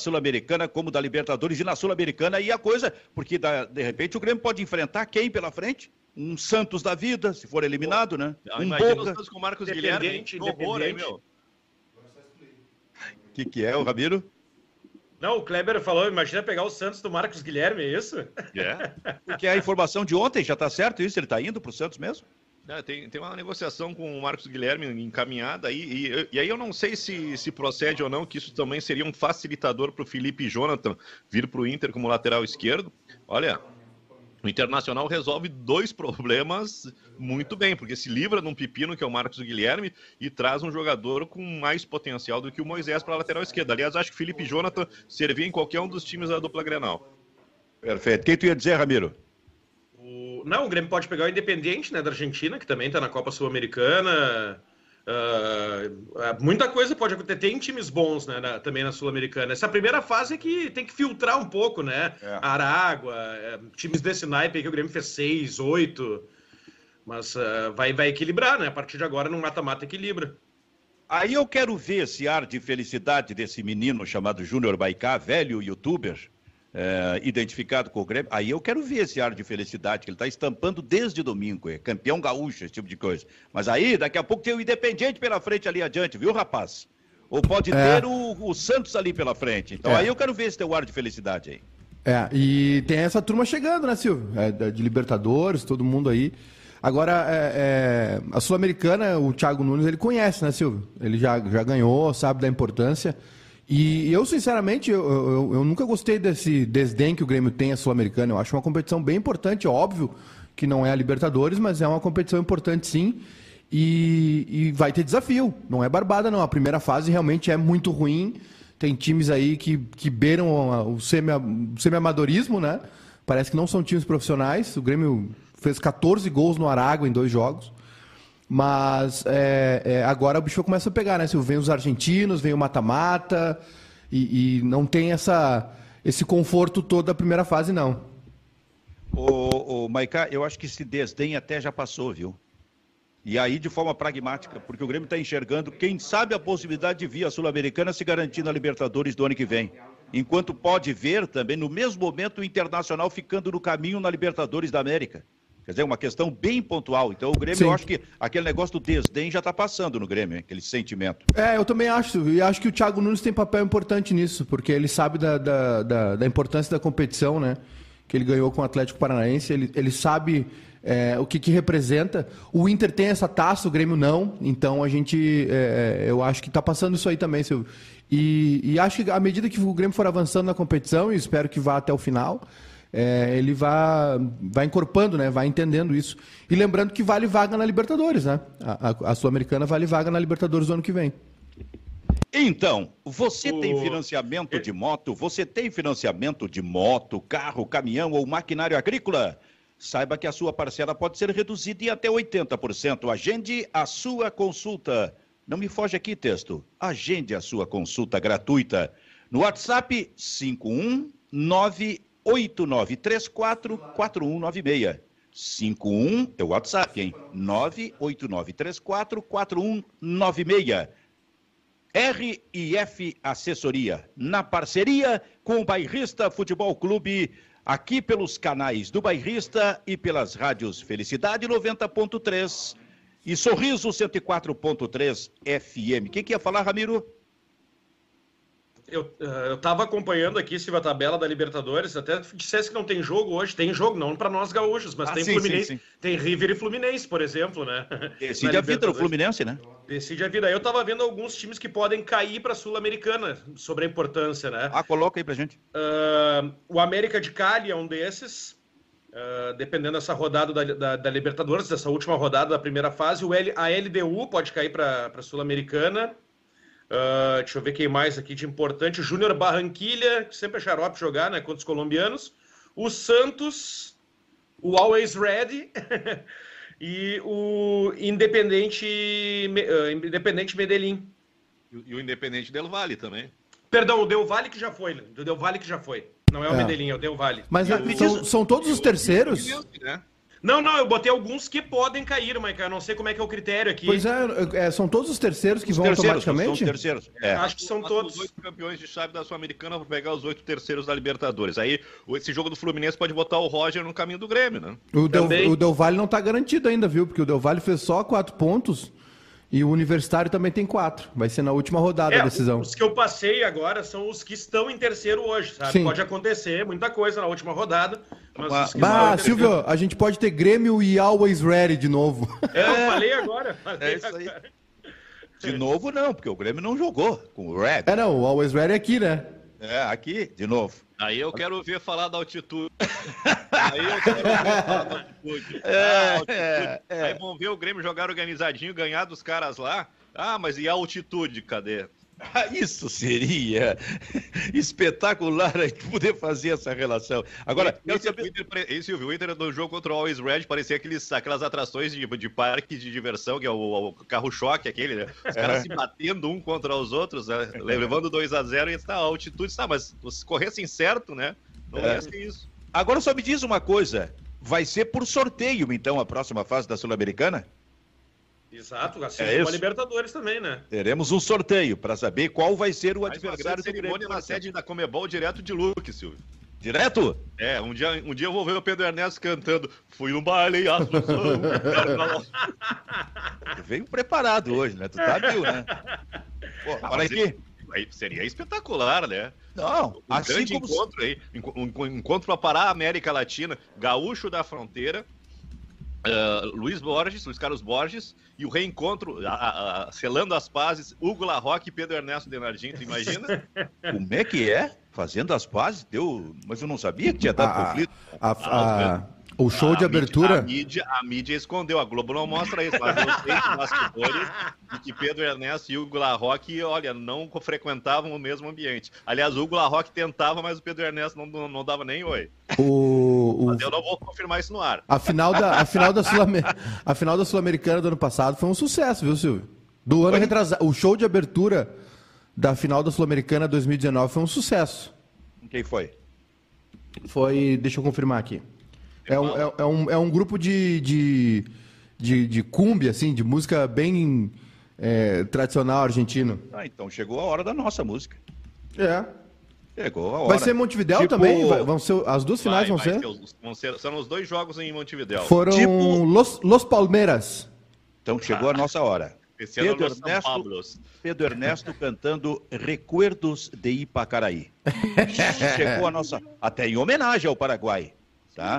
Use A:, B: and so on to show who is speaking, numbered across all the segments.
A: Sul-Americana como da Libertadores, e na Sul-Americana aí a coisa, porque de repente o Grêmio pode enfrentar quem pela frente? Um Santos da vida, se for eliminado, né?
B: Imagina o Santos com o Marcos Guilherme, que horror aí, meu.
A: O que é, o Ramiro?
C: Não, o Kleber falou, imagina pegar o Santos do Marcos Guilherme, é isso?
A: Porque a informação de ontem, já está certo isso? Ele está indo para o Santos mesmo?
B: Tem uma negociação com o Marcos Guilherme encaminhada aí, e aí eu não sei se procede ou não, que isso também seria um facilitador para o Felipe Jonathan vir para o Inter como lateral esquerdo. Olha, o Internacional resolve 2 problemas muito bem, porque se livra de um pepino que é o Marcos Guilherme e traz um jogador com mais potencial do que o Moisés para a lateral esquerda. Aliás, acho que o Felipe Jonathan servia em qualquer um dos times da dupla Grenal.
A: Perfeito. Quem tu ia dizer, Ramiro?
C: Não, o Grêmio pode pegar o Independiente, né, da Argentina, que também está na Copa Sul-Americana. Muita coisa pode acontecer. Tem times bons, né, também na Sul-Americana. Essa primeira fase é que tem que filtrar um pouco, né? Aragua, times desse naipe aí que o Grêmio fez 6, 8. Mas vai equilibrar, né? A partir de agora, no mata-mata, equilibra.
A: Aí eu quero ver esse ar de felicidade desse menino chamado Júnior Baicá, velho youtuber, identificado com o Grêmio. Aí eu quero ver esse ar de felicidade que ele está estampando desde domingo, campeão gaúcho, esse tipo de coisa. Mas aí, daqui a pouco tem o Independiente pela frente ali adiante, viu, rapaz? Ou pode ter o Santos ali pela frente. Então aí eu quero ver esse teu ar de felicidade aí.
D: E tem essa turma chegando, né, Silvio? De Libertadores, todo mundo aí. Agora, a Sul-Americana, o Thiago Nunes, ele conhece, né, Silvio? Ele já ganhou, sabe da importância. E eu, sinceramente, eu nunca gostei desse desdém que o Grêmio tem à Sul-Americana. Eu acho uma competição bem importante, óbvio que não é a Libertadores, mas é uma competição importante sim. E vai ter desafio, não é barbada não. A primeira fase realmente é muito ruim. Tem times aí que beiram o semi-amadorismo, né? Parece que não são times profissionais. O Grêmio fez 14 gols no Aragua em 2 jogos. Mas agora o bicho começa a pegar, né? Vem os argentinos, vem o mata-mata e não tem esse conforto todo da primeira fase, não.
A: Maiká, eu acho que esse desdém até já passou, viu? E aí de forma pragmática, porque o Grêmio está enxergando, quem sabe, a possibilidade de vir a Sul-Americana se garantir na Libertadores do ano que vem. Enquanto pode ver também, no mesmo momento, o Internacional ficando no caminho na Libertadores da América. Quer dizer, uma questão bem pontual. Então, o Grêmio, eu acho que aquele negócio do desdém já está passando no Grêmio, aquele sentimento.
D: Eu também acho. E acho que o Thiago Nunes tem papel importante nisso, porque ele sabe da importância da competição, né? Que ele ganhou com o Atlético Paranaense. Ele sabe o que representa. O Inter tem essa taça, o Grêmio não. Então, eu acho que está passando isso aí também, Silvio. E acho que à medida que o Grêmio for avançando na competição, e espero que vá até o final... ele vai encorpando, né? Vai entendendo isso. E lembrando que vale vaga na Libertadores, né? A Sul-Americana vale vaga na Libertadores do ano que vem.
A: Então, você tem financiamento de moto? Você tem financiamento de moto, carro, caminhão ou maquinário agrícola? Saiba que a sua parcela pode ser reduzida em até 80%. Agende a sua consulta. Não me foge aqui, texto. Agende a sua consulta gratuita. No WhatsApp 51989344196. 51 é o WhatsApp, hein? 989344196. RIF Assessoria, na parceria com o Bairrista Futebol Clube, aqui pelos canais do Bairrista e pelas rádios Felicidade 90.3 e Sorriso 104.3 FM. Quem que ia falar, Ramiro?
C: Eu tava acompanhando aqui, Silvio, a tabela da Libertadores, até dissesse que não tem jogo hoje, tem jogo não para nós gaúchos, mas tem Fluminense, sim. Tem River e Fluminense, por exemplo, né?
A: Decide a vida do Fluminense, né?
C: Decide a vida. Eu tava vendo alguns times que podem cair para a Sul-Americana, sobre a importância, né?
A: Coloca aí pra gente.
C: O América de Cali é um desses, dependendo dessa rodada da Libertadores, dessa última rodada da primeira fase, a LDU pode cair para a Sul-Americana. Deixa eu ver quem mais aqui de importante. Júnior Barranquilha, que sempre é xarope jogar, né, contra os colombianos. O Santos, o Always Ready e o Independente Medellín.
B: E o Independente Del Valle também.
C: Perdão, o Del Valle que já foi. Não é o Medellín, é o Del Valle.
D: Mas são todos os terceiros?
C: Não, eu botei alguns que podem cair, Maica. Eu não sei como é que é o critério aqui.
D: Pois são todos os terceiros que vão automaticamente?
A: São os terceiros.
C: Acho que são todos.
B: Os 8 campeões de chave da Sul-Americana vão pegar os 8 terceiros da Libertadores. Aí, esse jogo do Fluminense pode botar o Roger no caminho do Grêmio, né?
D: O Del Valle não tá garantido ainda, viu? Porque o Del Valle fez só 4 pontos e o Universitário também tem 4. Vai ser na última rodada a decisão.
C: Os que eu passei agora são os que estão em terceiro hoje, sabe?
D: Sim.
C: Pode acontecer muita coisa na última rodada. Mas
D: Silvio, a gente pode ter Grêmio e Always Ready de novo.
C: Eu falei agora.
A: Isso aí. De novo não, porque o Grêmio não jogou com o Red.
D: Não, o Always Ready é aqui, né?
A: Aqui, de novo.
B: Aí eu quero ver falar da altitude. Altitude. Aí vão ver o Grêmio jogar organizadinho, ganhar dos caras lá. Mas e a altitude, cadê?
A: Isso seria espetacular a gente poder fazer essa relação. Agora,
B: o Inter do jogo contra o Always Red parecia aquelas atrações de parque de diversão, que é o carro-choque aquele, né? Os caras se batendo um contra os outros, né? Levando 2-0 e a altitude, mas se corressem certo, né? Não ia ser isso.
A: Agora só me diz uma coisa, vai ser por sorteio, então, a próxima fase da Sul-Americana?
C: Exato, assim como a Libertadores também, né?
A: Teremos um sorteio para saber qual vai ser o adversário do Grêmio.
B: Na sede da Comebol direto de Luque, Silvio.
A: Direto?
B: Um dia eu vou ver o Pedro Ernesto cantando "Fui no baile e Assunção".
A: Tu veio preparado hoje, né? Tu tá viu, né? Pô, olha aqui.
B: Aí seria espetacular, né?
A: Não,
B: assim grande como... encontro aí, encontro para parar a América Latina, gaúcho da fronteira, Luiz Carlos Borges, e o reencontro, selando as pazes, Hugo Larroque e Pedro Ernesto Denardim, tu imagina?
A: Como é que é? Fazendo as pazes? Mas eu não sabia que tinha dado conflito.
D: O show de abertura...
B: A mídia escondeu, a Globo não mostra isso, mas eu sei que bastidores de que Pedro Ernesto e Hugo Larroque, olha, não frequentavam o mesmo ambiente. Aliás, o Hugo Larroque tentava, mas o Pedro Ernesto não dava nem oi. Mas eu não vou confirmar isso no ar.
D: A final da Sul-Americana do ano passado foi um sucesso, viu, Silvio? Do ano retrasado. O show de abertura da final da Sul-Americana 2019 foi um sucesso.
A: Quem foi?
D: Foi, deixa eu confirmar aqui. É um grupo de cumbia, assim, de música bem tradicional argentino.
A: Então chegou a hora da nossa música. Chegou a hora.
D: Vai ser Montevidéu também? Vão ser, as duas finais vão ser?
B: São os 2 jogos em Montevidéu.
D: Foram Los Palmeiras.
A: Então chegou a nossa hora.
B: Pedro
A: Ernesto cantando Recuerdos de Ipacaraí. Chegou a nossa... Até em homenagem ao Paraguai. Tá?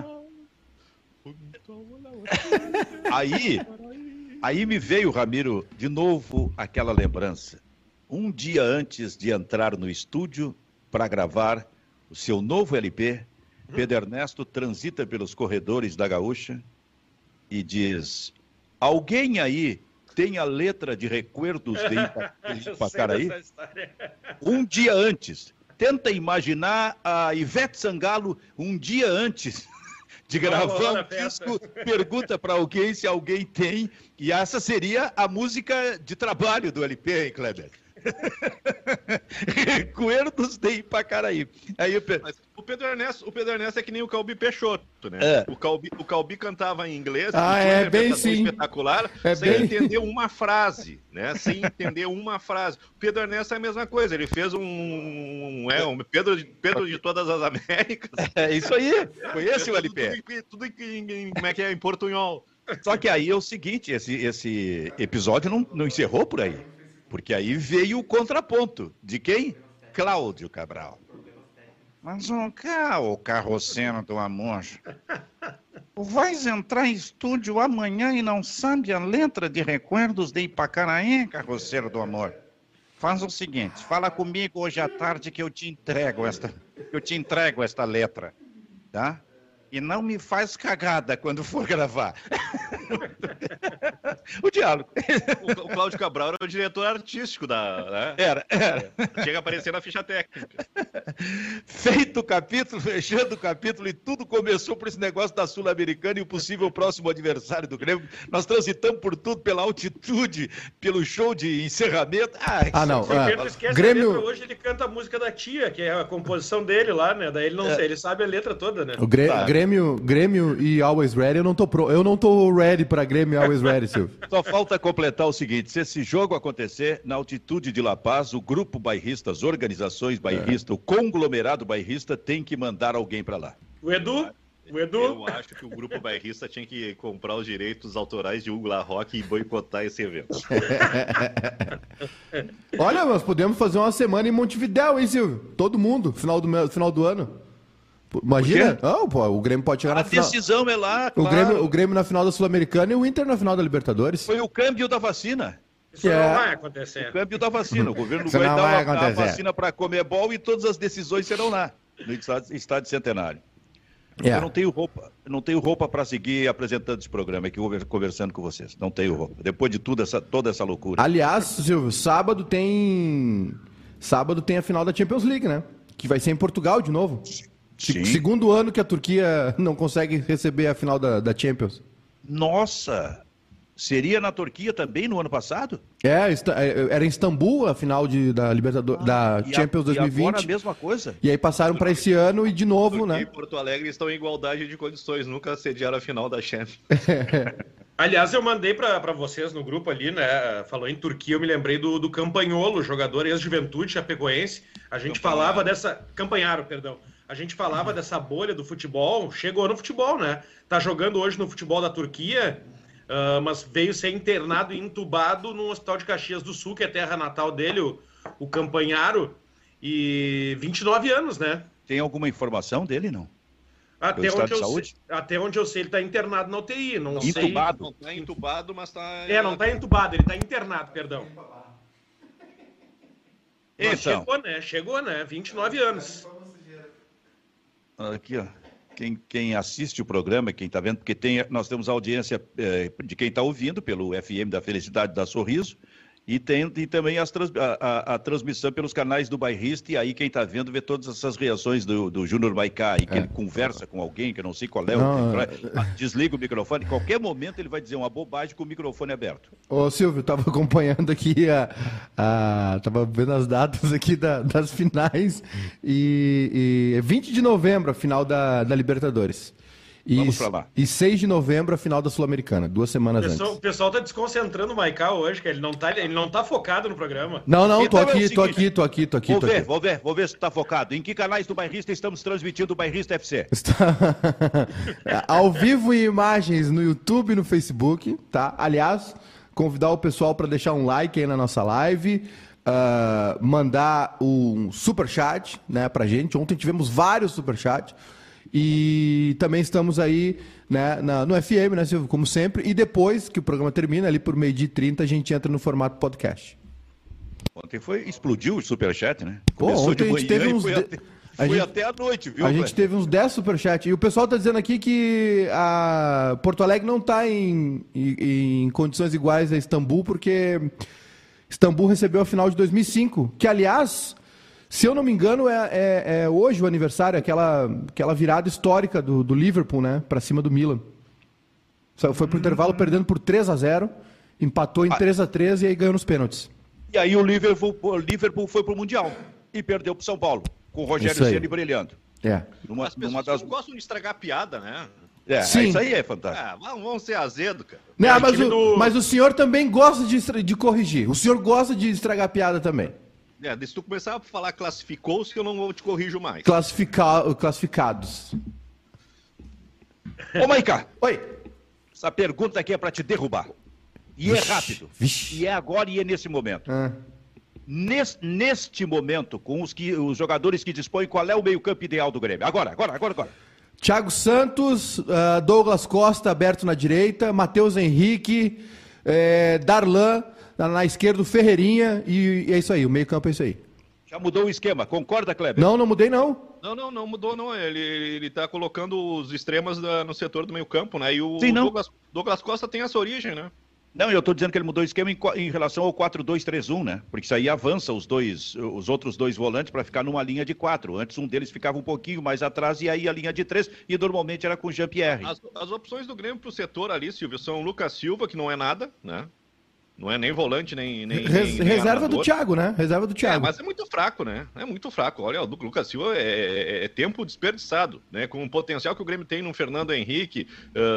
A: Aí me veio, Ramiro, de novo aquela lembrança. Um dia antes de entrar no estúdio para gravar o seu novo LP, Pedro Ernesto transita pelos corredores da Gaúcha e diz: alguém aí tem a letra de Recuerdos de Ipacaraí? Um dia antes. Tenta imaginar a Ivete Sangalo um dia antes de gravar um disco, pergunta para alguém se alguém tem, e essa seria a música de trabalho do LP, hein, Kleber? Recuerdos de Ipacaraí. Aí
B: o Pedro Ernesto é que nem o Calbi Peixoto, né? O Calbi cantava em inglês,
D: bem sim.
B: espetacular, sem entender uma frase, né? Sem entender uma frase. O Pedro Ernesto é a mesma coisa, ele fez um Pedro de todas as Américas.
A: É isso aí, conhece o LP.
B: Tudo em como é que é, em portunhol.
A: Só que aí é o seguinte, esse episódio não encerrou por aí. Porque aí veio o contraponto. De quem? Cláudio Cabral. Mas o carroceiro do amor, vais entrar em estúdio amanhã e não sabe a letra de Recuerdos de Ipacaraí, carroceiro do amor? Faz o seguinte, fala comigo hoje à tarde que eu te entrego esta letra, tá? E não me faz cagada quando for gravar. O diálogo.
B: O Cláudio Cabral era o diretor artístico né?
A: Era.
B: Chega a aparecer na ficha técnica.
A: Feito o capítulo, fechando o capítulo, e tudo começou por esse negócio da Sul-Americana e o possível próximo adversário do Grêmio. Nós transitamos por tudo, pela altitude, pelo show de encerramento.
D: Não.
C: O Pedro esquece
D: Grêmio...
C: a letra, hoje ele canta a música da tia, que é a composição dele lá, né? Daí ele não sei, ele sabe a letra toda, né?
D: O Grêmio e Always Ready, eu não tô ready pra Grêmio e Always Ready, Silvio.
A: Só falta completar o seguinte: se esse jogo acontecer na altitude de La Paz, o grupo bairrista, as organizações bairristas, o conglomerado bairrista tem que mandar alguém pra lá.
C: O Edu?
B: Eu acho que o grupo bairrista tinha que comprar os direitos autorais de Hugo La Roque e boicotar esse evento.
D: Olha, nós podemos fazer uma semana em Montevidéu, hein, Silvio? Todo mundo, final do ano. Imagina, o Grêmio pode chegar na final.
A: A decisão é lá, claro.
D: O Grêmio na final da Sul-Americana e o Inter na final da Libertadores.
A: Foi o câmbio da vacina.
C: Isso não vai acontecer.
A: O câmbio da vacina. O governo vai dar a vacina para Comebol e todas as decisões serão lá, no Estádio Centenário. Eu não tenho roupa para seguir apresentando esse programa aqui, conversando com vocês. Não tenho roupa. Depois de toda essa loucura.
D: Aliás, Silvio, sábado tem a final da Champions League, né? Que vai ser em Portugal de novo.
A: Sim.
D: Segundo ano que a Turquia não consegue receber a final da Champions.
A: Nossa! Seria na Turquia também no ano passado?
D: Era em Istambul a final da Libertadores, da Champions 2020.
A: E agora a mesma coisa?
D: E aí passaram para esse ano e de novo,
B: Turquia
D: né?
B: e Porto Alegre estão em igualdade de condições, nunca sediaram a final da Champions.
C: Aliás, eu mandei para vocês no grupo ali, né? Falou em Turquia, eu me lembrei do Campanholo, jogador ex-Juventude chapecoense. A gente falava dessa... Campanharo, perdão. A gente falava dessa bolha do futebol, chegou no futebol, né? Tá jogando hoje no futebol da Turquia... mas veio ser internado e entubado no Hospital de Caxias do Sul, que é a terra natal dele, o Campanharo, e 29 anos, né?
A: Tem alguma informação dele, não?
C: Até onde eu sei, ele está internado na UTI. Não
B: entubado.
C: Sei...
B: Não está entubado, mas está...
C: não está entubado, ele está internado, perdão. Mas chegou, né? 29 anos.
A: Aqui, ó. Quem assiste o programa, quem está vendo, porque nós temos audiência de quem está ouvindo pelo FM da Felicidade da Sorriso, e tem também a transmissão pelos canais do Bairrista, e aí quem está vendo vê todas essas reações do Júnior Maicá, e que ele conversa com alguém, que eu não sei qual é, desliga o microfone, em qualquer momento ele vai dizer uma bobagem com o microfone aberto.
D: Ô Silvio, estava acompanhando aqui, estava vendo as datas aqui das finais, e 20 de novembro a final da Libertadores.
A: Vamos pra lá.
D: E 6 de novembro a final da Sul-Americana, 2 semanas antes.
C: O pessoal tá desconcentrando o Maicá hoje, que ele não tá focado no programa.
D: Não, tô
A: Então
D: aqui.
A: Vou ver se tá focado. Em que canais do Bairrista estamos transmitindo o Bairrista FC?
D: Ao vivo em imagens no YouTube e no Facebook, tá? Aliás, convidar o pessoal para deixar um like aí na nossa live, mandar um superchat, né, pra gente. Ontem tivemos vários superchats. E também estamos aí, né, no FM, né, Silvio, como sempre. E depois que o programa termina, ali por 12h30, a gente entra no formato podcast.
A: Ontem explodiu o superchat, né?
D: Ontem a gente teve uns...
A: Foi até a noite, viu?
D: A gente teve uns 10 superchats. E o pessoal está dizendo aqui que a Porto Alegre não está em condições iguais a Istambul, porque Istambul recebeu a final de 2005, que, aliás... Se eu não me engano, é hoje o aniversário, aquela virada histórica do Liverpool, né? Para cima do Milan. Foi pro intervalo perdendo por 3-0, empatou em 3-3 e aí ganhou nos pênaltis.
A: E aí o Liverpool foi pro Mundial e perdeu pro São Paulo, com o Rogério Ceni brilhando.
B: As pessoas não gostam de estragar piada, né?
D: Sim.
A: Isso aí é fantástico.
B: Vamos ser azedo, cara.
D: Não, mas o senhor também gosta de corrigir. O senhor gosta de estragar piada também.
B: Se tu começar a falar classificou-se, eu não te corrijo mais.
D: Classificados.
A: Ô, Maicá.
D: Oi.
A: Essa pergunta aqui é para te derrubar. E é rápido. E é agora e é nesse momento. Neste momento, com os jogadores que dispõem, qual é o meio-campo ideal do Grêmio? Agora.
D: Thiago Santos, Douglas Costa aberto na direita, Matheus Henrique, Darlan... Na esquerda, o Ferreirinha, e é isso aí, o meio campo é isso aí.
A: Já mudou o esquema, concorda, Kleber?
D: Não mudei não.
B: Não mudou, não. Ele tá colocando os extremas no setor do meio campo, né? E o
A: Sim,
B: Douglas Costa tem essa origem, né?
A: Não, eu estou dizendo que ele mudou o esquema em relação ao 4-2-3-1, né? Porque isso aí avança os outros dois volantes para ficar numa linha de 4. Antes um deles ficava um pouquinho mais atrás e aí a linha de 3, e normalmente era com o Jean-Pierre.
B: As opções do Grêmio pro setor ali, Silvio, são o Lucas Silva, que não é nada, né? Não é nem volante, nem
D: reserva armador. Do Thiago, né? Reserva do Thiago.
B: Mas é muito fraco, né? É muito fraco. Olha, o Lucas Silva é tempo desperdiçado, né? Com o potencial que o Grêmio tem no Fernando Henrique,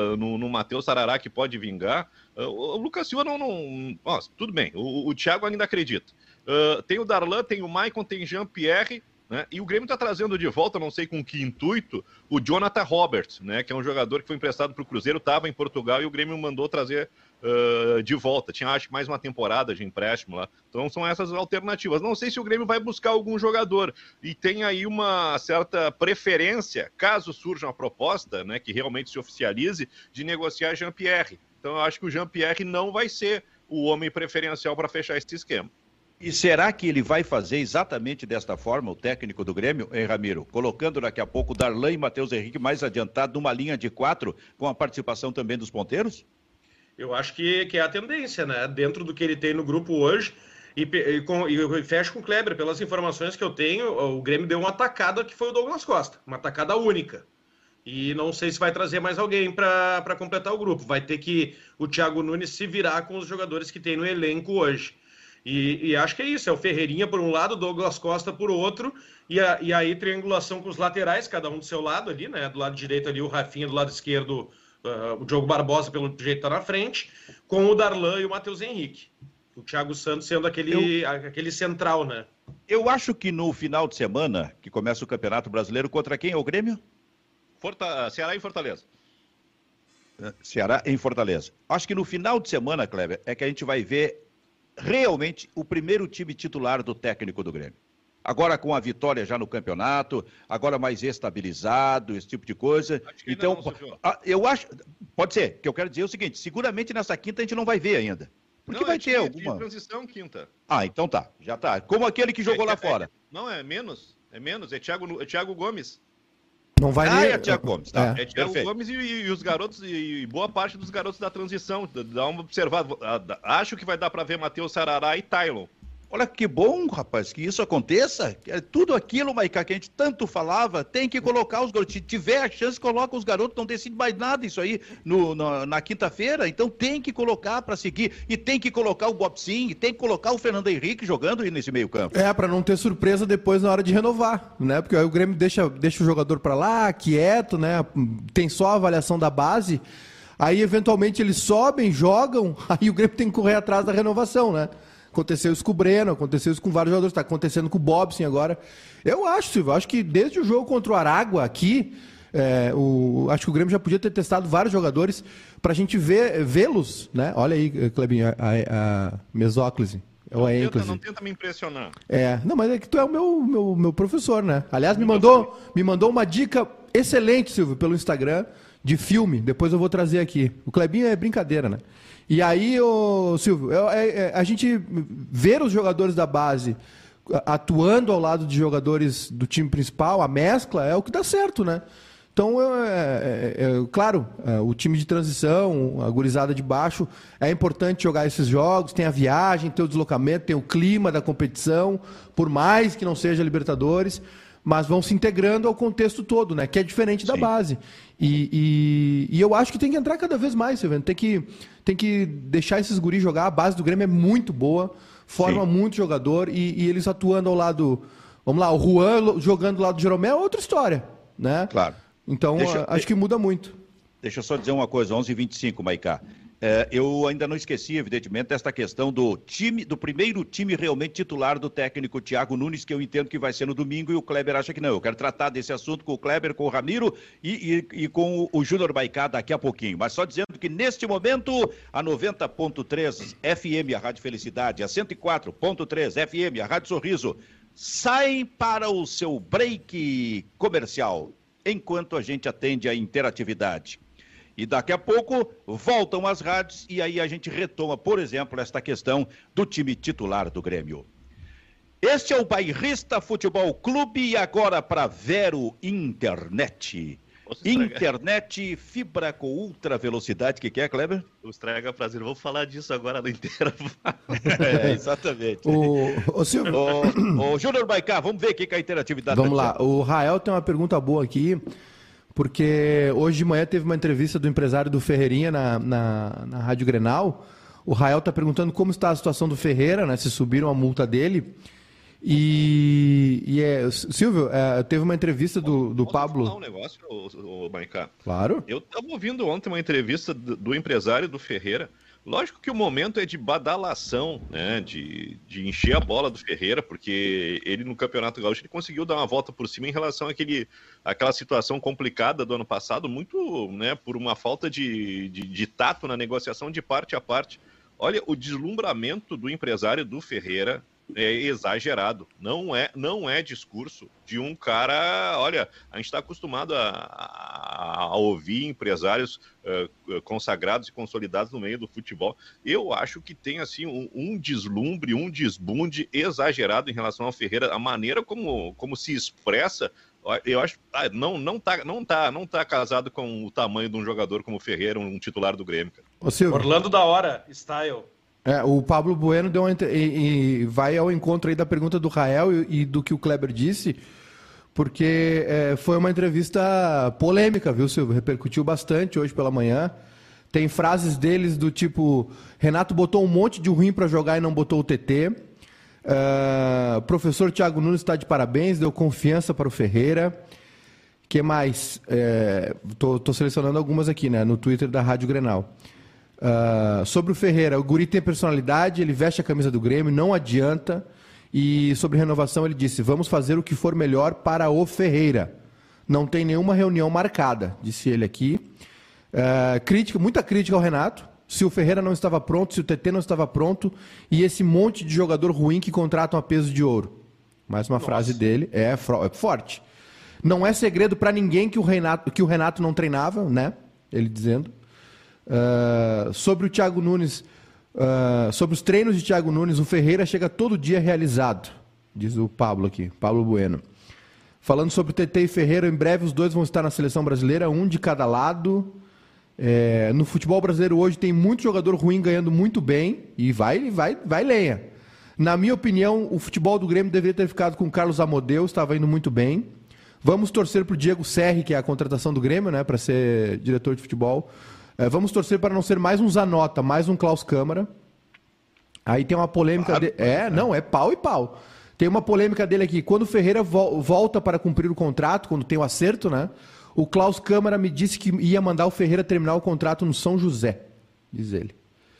B: no Matheus Sarará, que pode vingar. O Lucas Silva não... Nossa, tudo bem. O Thiago ainda acredita. Tem o Darlan, tem o Maicon, tem Jean-Pierre, né? E o Grêmio está trazendo de volta, não sei com que intuito, o Jonathan Roberts, né? Que é um jogador que foi emprestado para o Cruzeiro, estava em Portugal e o Grêmio mandou trazer de volta. Tinha, acho que, mais uma temporada de empréstimo lá. Então são essas alternativas. Não sei se o Grêmio vai buscar algum jogador. E tem aí uma certa preferência, caso surja uma proposta, né, que realmente se oficialize, de negociar Jean-Pierre. Então eu acho que o Jean-Pierre não vai ser o homem preferencial para fechar esse esquema.
A: E será que ele vai fazer exatamente desta forma, o técnico do Grêmio, hein, Ramiro? Colocando daqui a pouco Darlan e Matheus Henrique mais adiantado numa linha de 4, com a participação também dos ponteiros?
C: Eu acho que é a tendência, né? Dentro do que ele tem no grupo hoje, e fecho com o Kleber, pelas informações que eu tenho, o Grêmio deu uma atacada que foi o Douglas Costa, uma atacada única. E não sei se vai trazer mais alguém para completar o grupo. Vai ter que o Thiago Nunes se virar com os jogadores que tem no elenco hoje. E acho que é isso, é o Ferreirinha por um lado, o Douglas Costa por outro, e aí triangulação com os laterais, cada um do seu lado ali, né? Do lado direito ali o Rafinha, do lado esquerdo o Diogo Barbosa, pelo jeito, tá na frente, com o Darlan e o Matheus Henrique. O Thiago Santos sendo aquele central, né?
A: Eu acho que no final de semana, que começa o Campeonato Brasileiro, contra quem é o Grêmio?
B: Ceará e Fortaleza.
A: Ceará em Fortaleza. Acho que no final de semana, Kleber, é que a gente vai ver realmente o primeiro time titular do técnico do Grêmio. Agora com a vitória já no campeonato, agora mais estabilizado, esse tipo de coisa. Então, eu acho, pode ser, que eu quero dizer o seguinte, seguramente nessa quinta a gente não vai ver ainda. Porque vai ter alguma...
B: de transição quinta.
A: Então tá, já tá. Como aquele que jogou lá fora.
B: Não, é menos, é Thiago Gomes.
D: Não vai
A: é Thiago Gomes, tá.
B: É Thiago Gomes e os garotos, e boa parte dos garotos da transição. Dá uma observada. Acho que vai dar para ver Matheus Sarará e Tailon.
A: Olha que bom, rapaz, que isso aconteça. Tudo aquilo, Maicá, que a gente tanto falava, tem que colocar os garotos. Se tiver a chance, coloca os garotos, não decide mais nada isso aí na quinta-feira. Então tem que colocar para seguir. E tem que colocar o Bobsin, tem que colocar o Fernando Henrique jogando aí nesse meio campo.
D: Para não ter surpresa depois na hora de renovar, né? Porque aí o Grêmio deixa o jogador para lá, quieto, né? Tem só a avaliação da base. Aí, eventualmente, eles sobem, jogam, aí o Grêmio tem que correr atrás da renovação, né? Aconteceu isso com o Breno, aconteceu isso com vários jogadores, está acontecendo com o Bobson agora. Eu acho, Silvio, acho que desde o jogo contra o Aragua aqui, acho que o Grêmio já podia ter testado vários jogadores para a gente vê-los, né? Olha aí, Clebinho, a mesóclise.
B: Não tenta me impressionar.
D: Não, mas é que tu é o meu professor, né? Aliás, me mandou uma dica excelente, Silvio, pelo Instagram, de filme. Depois eu vou trazer aqui. O Clebinho é brincadeira, né? E aí, Silvio, a gente ver os jogadores da base atuando ao lado de jogadores do time principal, a mescla, é o que dá certo, né? Então, claro, o time de transição, a gurizada de baixo, é importante jogar esses jogos, tem a viagem, tem o deslocamento, tem o clima da competição, por mais que não seja Libertadores, mas vão se integrando ao contexto todo, né? Que é diferente da base. E eu acho que tem que entrar cada vez mais, Silvio. Tem que deixar esses guris jogar. A base do Grêmio é muito boa, forma muito jogador, e eles atuando ao lado... Vamos lá, o Juan jogando do lado do Jeromel é outra história, né?
A: Claro.
D: Então, acho que muda muito.
A: Deixa eu só dizer uma coisa, 11h25, Maicá. Eu ainda não esqueci, evidentemente, desta questão do primeiro time realmente titular do técnico Thiago Nunes, que eu entendo que vai ser no domingo, e o Kleber acha que não. Eu quero tratar desse assunto com o Kleber, com o Ramiro e com o Júnior Maicá daqui a pouquinho. Mas só dizendo que neste momento, a 90.3 FM, a Rádio Felicidade, a 104.3 FM, a Rádio Sorriso, saem para o seu break comercial, enquanto a gente atende a interatividade. E daqui a pouco voltam as rádios e aí a gente retoma, por exemplo, esta questão do time titular do Grêmio. Este é o Bairrista Futebol Clube e agora para Vero Internet. Internet fibra com ultra velocidade. O que é, Kleber?
B: O estraga prazer. Vou falar disso agora no intervalo.
A: Exatamente.
D: Ô Silvio.
A: Ô Júnior Baicá, vamos ver o que a interatividade
D: Vamos lá. O Rael tem uma pergunta boa aqui, porque hoje de manhã teve uma entrevista do empresário do Ferreirinha na Rádio Grenal. O Rael está perguntando como está a situação do Ferreira, né? Se subiram a multa dele. Silvio, teve uma entrevista do Pablo.
B: Posso falar um negócio, Maicá?
D: Claro.
B: Eu estava ouvindo ontem uma entrevista do empresário do Ferreira. Lógico que o momento é de badalação, né? De encher a bola do Ferreira, porque ele no Campeonato Gaúcho ele conseguiu dar uma volta por cima em relação àquela situação complicada do ano passado, muito, né, por uma falta de tato na negociação de parte a parte. Olha, o deslumbramento do empresário do Ferreira é exagerado. Não é discurso de um cara... Olha, a gente está acostumado a ouvir empresários consagrados e consolidados no meio do futebol. Eu acho que tem assim um deslumbre, um desbunde exagerado em relação ao Ferreira. A maneira como se expressa, eu acho não tá casado com o tamanho de um jogador como o Ferreira, um titular do Grêmio. Cara.
D: Ô, Silvio.
C: Orlando da hora, style.
D: O Pablo Bueno deu e vai ao encontro aí da pergunta do Rael e do que o Kleber disse, porque foi uma entrevista polêmica, viu, Silvio? Repercutiu bastante hoje pela manhã. Tem frases deles do tipo: Renato botou um monte de ruim para jogar e não botou o TT. Professor Thiago Nunes está de parabéns, deu confiança para o Ferreira. Que mais? Tô selecionando algumas aqui, né, no Twitter da Rádio Grenal. Sobre o Ferreira, o guri tem personalidade, ele veste a camisa do Grêmio, não adianta. E sobre renovação ele disse: vamos fazer o que for melhor para o Ferreira. Não tem nenhuma reunião marcada, disse ele aqui. Muita crítica ao Renato. Se o Ferreira não estava pronto, se o TT não estava pronto, e esse monte de jogador ruim que contratam a peso de ouro. Mais uma frase dele, é forte. Não é segredo para ninguém que o Renato não treinava, né? Ele dizendo. Sobre o Thiago Nunes, sobre os treinos de Thiago Nunes, o Ferreira chega todo dia realizado, diz o Pablo aqui, Pablo Bueno. Falando sobre o TT e Ferreira, em breve os dois vão estar na seleção brasileira, um de cada lado. No futebol brasileiro hoje tem muito jogador ruim ganhando muito bem e vai lenha. Na minha opinião, o futebol do Grêmio deveria ter ficado com o Carlos Amodeu, estava indo muito bem. Vamos torcer para o Diego Serri, que é a contratação do Grêmio, né, para ser diretor de futebol. Vamos torcer para não ser mais um Zanota, mais um Klaus Câmara. Aí tem uma polêmica... É pau e pau. Tem uma polêmica dele aqui. Quando o Ferreira volta para cumprir o contrato, quando tem o acerto, né? O Klaus Câmara me disse que ia mandar o Ferreira terminar o contrato no São José, diz ele.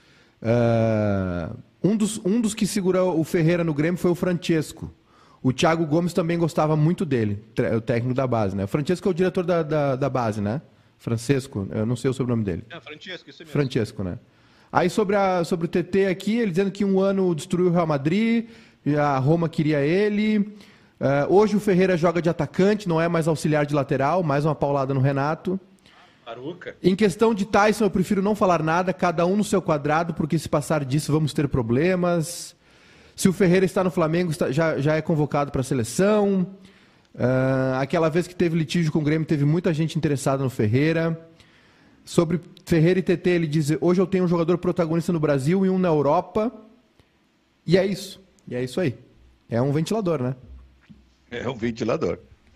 D: Um dos que segurou o Ferreira no Grêmio foi o Francesco. O Thiago Gomes também gostava muito dele, o técnico da base, né? O Francesco é o diretor da base, né? Francesco, eu não sei o sobrenome dele.
B: Francesco, isso mesmo.
D: Francesco, né? Aí sobre o TT aqui, ele dizendo que um ano destruiu o Real Madrid, e a Roma queria ele. Hoje o Ferreira joga de atacante, não é mais auxiliar de lateral, mais uma paulada no Renato.
C: Maruca.
D: Em questão de Tyson, eu prefiro não falar nada, cada um no seu quadrado, porque se passar disso vamos ter problemas. Se o Ferreira está no Flamengo, já é convocado para a seleção. Aquela vez que teve litígio com o Grêmio, teve muita gente interessada no Ferreira. Sobre Ferreira e TT, ele diz: hoje eu tenho um jogador protagonista no Brasil e um na Europa. E é isso. E é isso aí. É um ventilador, né?
A: É um ventilador.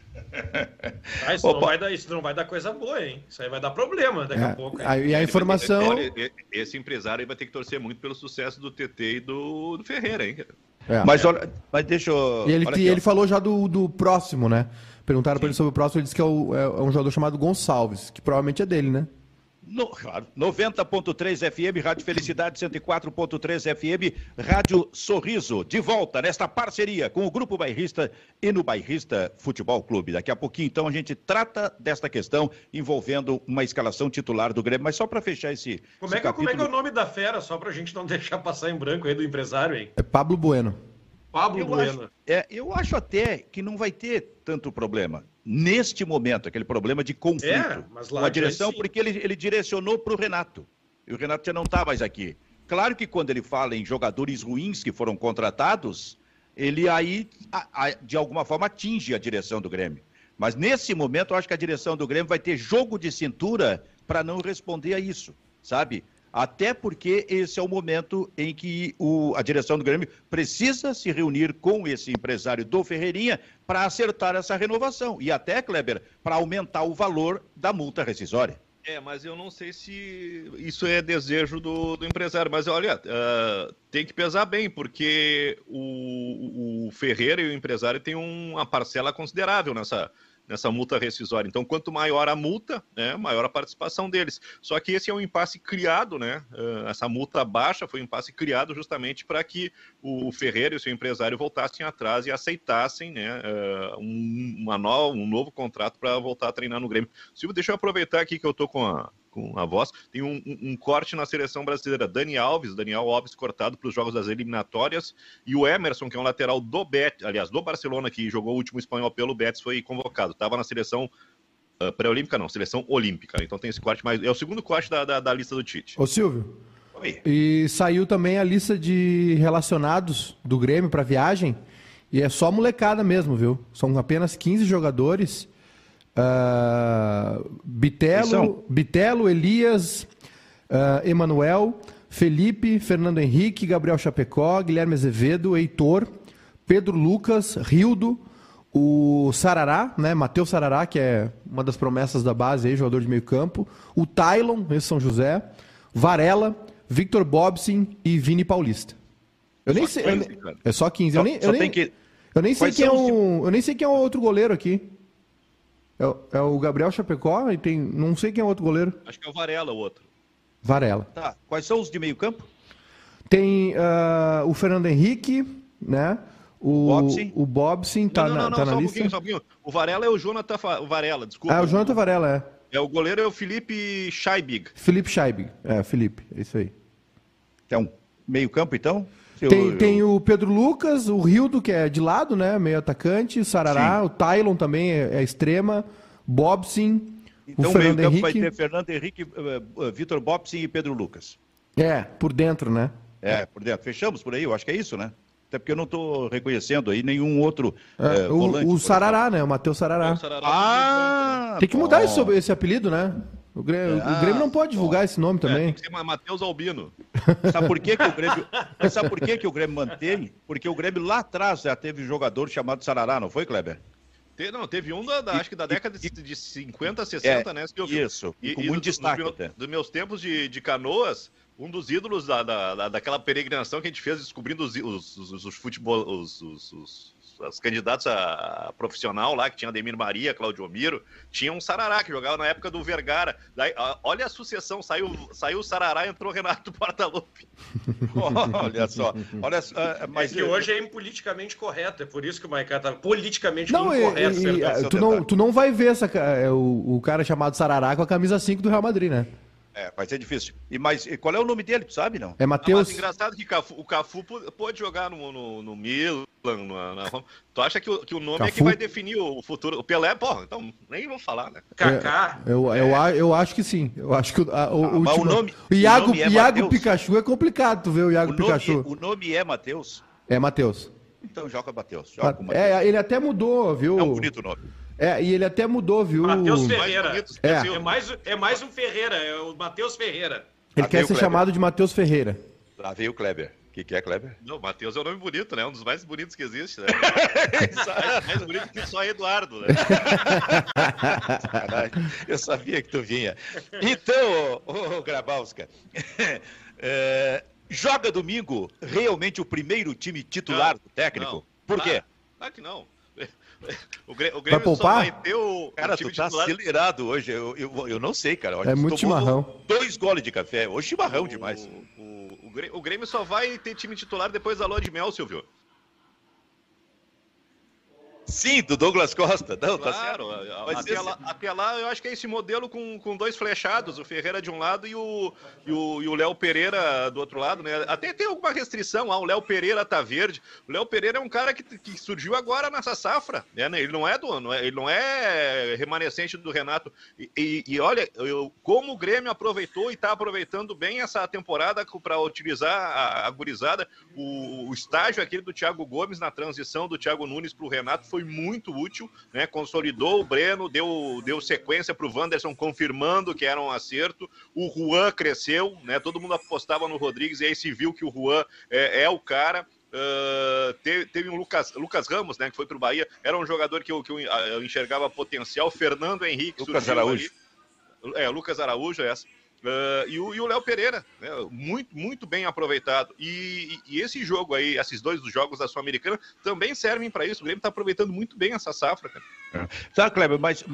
C: Isso não vai dar coisa boa, hein? Isso aí vai dar problema daqui a pouco.
D: E a informação...
B: Esse empresário aí vai ter que torcer muito pelo sucesso do TT e do Ferreira, hein?
A: Mas deixa eu...
D: Ele falou já do próximo, né? Perguntaram para ele sobre o próximo, ele disse que é um jogador chamado Gonçalves, que provavelmente é dele, né?
A: Claro. 90.3 FM, Rádio Felicidade, 104.3 FM, Rádio Sorriso. De volta nesta parceria com o Grupo Bairrista e no Bairrista Futebol Clube. Daqui a pouquinho, então, a gente trata desta questão envolvendo uma escalação titular do Grêmio. Mas só para fechar esse
C: Como é que é o nome da fera, só para a gente não deixar passar em branco aí do empresário, hein?
D: É Pablo Bueno.
A: Eu acho até que não vai ter tanto problema neste momento, aquele problema de conflito com a direção, porque ele direcionou para o Renato. E o Renato já não está mais aqui. Claro que quando ele fala em jogadores ruins que foram contratados, ele aí, de alguma forma, atinge a direção do Grêmio. Mas nesse momento, eu acho que a direção do Grêmio vai ter jogo de cintura para não responder a isso, sabe? Até porque esse é o momento em que a direção do Grêmio precisa se reunir com esse empresário do Ferreirinha para acertar essa renovação. E até, Kleber, para aumentar o valor da multa rescisória.
B: Mas eu não sei se isso é desejo do empresário. Mas olha, tem que pesar bem, porque o Ferreira e o empresário têm uma parcela considerável nessa multa rescisória. Então, quanto maior a multa, né, maior a participação deles. Só que esse é um impasse criado, né? Essa multa baixa foi um impasse criado justamente para que o Ferreira e o seu empresário voltassem atrás e aceitassem, né, um novo contrato para voltar a treinar no Grêmio. Silvio, deixa eu aproveitar aqui que eu estou com a voz. Tem um corte na seleção brasileira. Daniel Alves cortado para os jogos das eliminatórias, e o Emerson, que é um lateral do Barcelona, que jogou o último espanhol pelo Betis, foi convocado. Estava na seleção pré-olímpica, não, seleção olímpica. Então tem esse corte, mas é o segundo corte da lista do Tite.
D: Ô Silvio,
A: Oi.
D: E saiu também a lista de relacionados do Grêmio para viagem, e é só molecada mesmo, viu? São apenas 15 jogadores. Bitelo, Elias, Emanuel, Felipe, Fernando Henrique, Gabriel Chapecó, Guilherme Azevedo, Heitor, Pedro Lucas, Rildo, o Sarará, né, Matheus Sarará, que é uma das promessas da base aí, jogador de meio campo, o Tylon, esse São José, Varela, Victor Bobsin e Vini Paulista. Eu nem sei, é só 15. Eu nem sei quem é o outro goleiro aqui. É o Gabriel Chapecó e não sei quem é o outro goleiro.
B: Acho que é o Varela, o outro.
D: Varela.
A: Tá. Quais são os de meio campo?
D: Tem o Fernando Henrique, né? O Bobsin tá na lista.
B: Só um pouquinho. O Varela é o Jonathan Varela, desculpa.
D: O Jonathan Varela,
B: O goleiro é o Felipe Scheibig.
D: Felipe Scheibig. Felipe, é isso aí.
A: Então, meio campo, então?
D: Tem o Pedro Lucas, o Rildo, que é de lado, né? Meio atacante, o Sarará, o Tylon também é extrema, Bobsin,
A: então,
D: o Fernando Henrique.
A: Vai ter Fernando Henrique, Vitor Bobsin e Pedro Lucas.
D: Por dentro, né?
A: Por dentro. Fechamos por aí, eu acho que é isso, né? Até porque eu não estou reconhecendo aí nenhum outro volante.
D: O Sarará, né? O Matheus Sarará. Tem que mudar esse apelido, né? O Grêmio não pode divulgar esse nome também.
B: Tem que ser Matheus Albino.
A: Sabe por que o Grêmio mantém? Porque o Grêmio lá atrás já teve um jogador chamado Sarará, não foi, Kleber?
B: Teve um acho que da década de 50, 60, né?
A: Isso, com muito destaque.
B: Dos meus tempos de Canoas, um dos ídolos daquela peregrinação que a gente fez descobrindo os candidatos a profissional lá, que tinha Ademir Maria, Claudio Miro, tinha um Sarará que jogava na época do Vergara. Daí, olha a sucessão, saiu o Sarará e entrou o Renato Portaluppi.
A: Olha só.
C: Mas que hoje é impoliticamente correto, é por isso que o Maiká tá politicamente incorreto.
D: Tu não vai ver o cara chamado Sarará com a camisa 5 do Real Madrid, né?
A: Vai ser difícil. Mas qual é o nome dele, tu sabe, não?
D: É Matheus.
B: Mas engraçado que o Cafu pode jogar no Milan, na Roma. Tu acha que o nome Cafu é que vai definir o futuro? O Pelé, então nem vou falar, né?
C: Kaká.
D: Eu acho que sim. Eu acho que o Iago Pikachu é complicado, tu vê o Iago Pikachu.
A: O nome é Matheus?
D: É Matheus.
A: Então joga Matheus.
D: Ele até mudou, viu?
A: É um bonito nome.
D: E ele até mudou, viu?
C: Matheus Ferreira. É mais um Ferreira, é o Matheus Ferreira.
D: Ele quer ser chamado de Matheus Ferreira.
A: Lá veio o Kleber. O que é Kleber?
B: Não, Matheus é um nome bonito, né? Um dos mais bonitos que existe, né? Mais bonito que só Eduardo, né?
A: Eu sabia que tu vinha. Então, Grabowska, joga domingo realmente o primeiro time titular do técnico? Por quê?
B: Claro que não. O
D: Vai
B: Grêmio
D: poupar?
B: só vai ter o
A: Cara,
B: time
A: tu tá
B: titular.
A: acelerado hoje. Eu não sei, cara.
D: É muito chimarrão.
A: 2 goles de café. Hoje chimarrão demais.
B: O Grêmio só vai ter time titular depois da lua de mel, Silvio.
A: Sim, do Douglas Costa. Não,
B: claro,
A: tá certo.
B: até lá, eu acho que é esse modelo com dois flechados, o Ferreira de um lado e o Léo Pereira do outro lado, né? Até tem alguma restrição, o Léo Pereira tá verde. O Léo Pereira é um cara que surgiu agora nessa safra, né? Ele não é remanescente do Renato. E olha, como o Grêmio aproveitou e está aproveitando bem essa temporada para utilizar a gurizada, o estágio aquele do Thiago Gomes na transição do Thiago Nunes para o Renato foi muito útil, né? Consolidou o Breno, deu sequência para o Wanderson, confirmando que era um acerto. O Juan cresceu, né? Todo mundo apostava no Rodrigues e aí se viu que o Juan é o cara. Teve um Lucas Ramos, né, que foi para o Bahia, era um jogador que eu enxergava potencial. Fernando Henrique,
A: Lucas Araújo.
B: Lucas Araújo, essa. E o Léo Pereira, né, muito bem aproveitado. E esse jogo aí, esses dois jogos da Sul-Americana também servem para isso. O Grêmio está aproveitando muito bem essa safra, cara.
A: Tá, Kleber, mas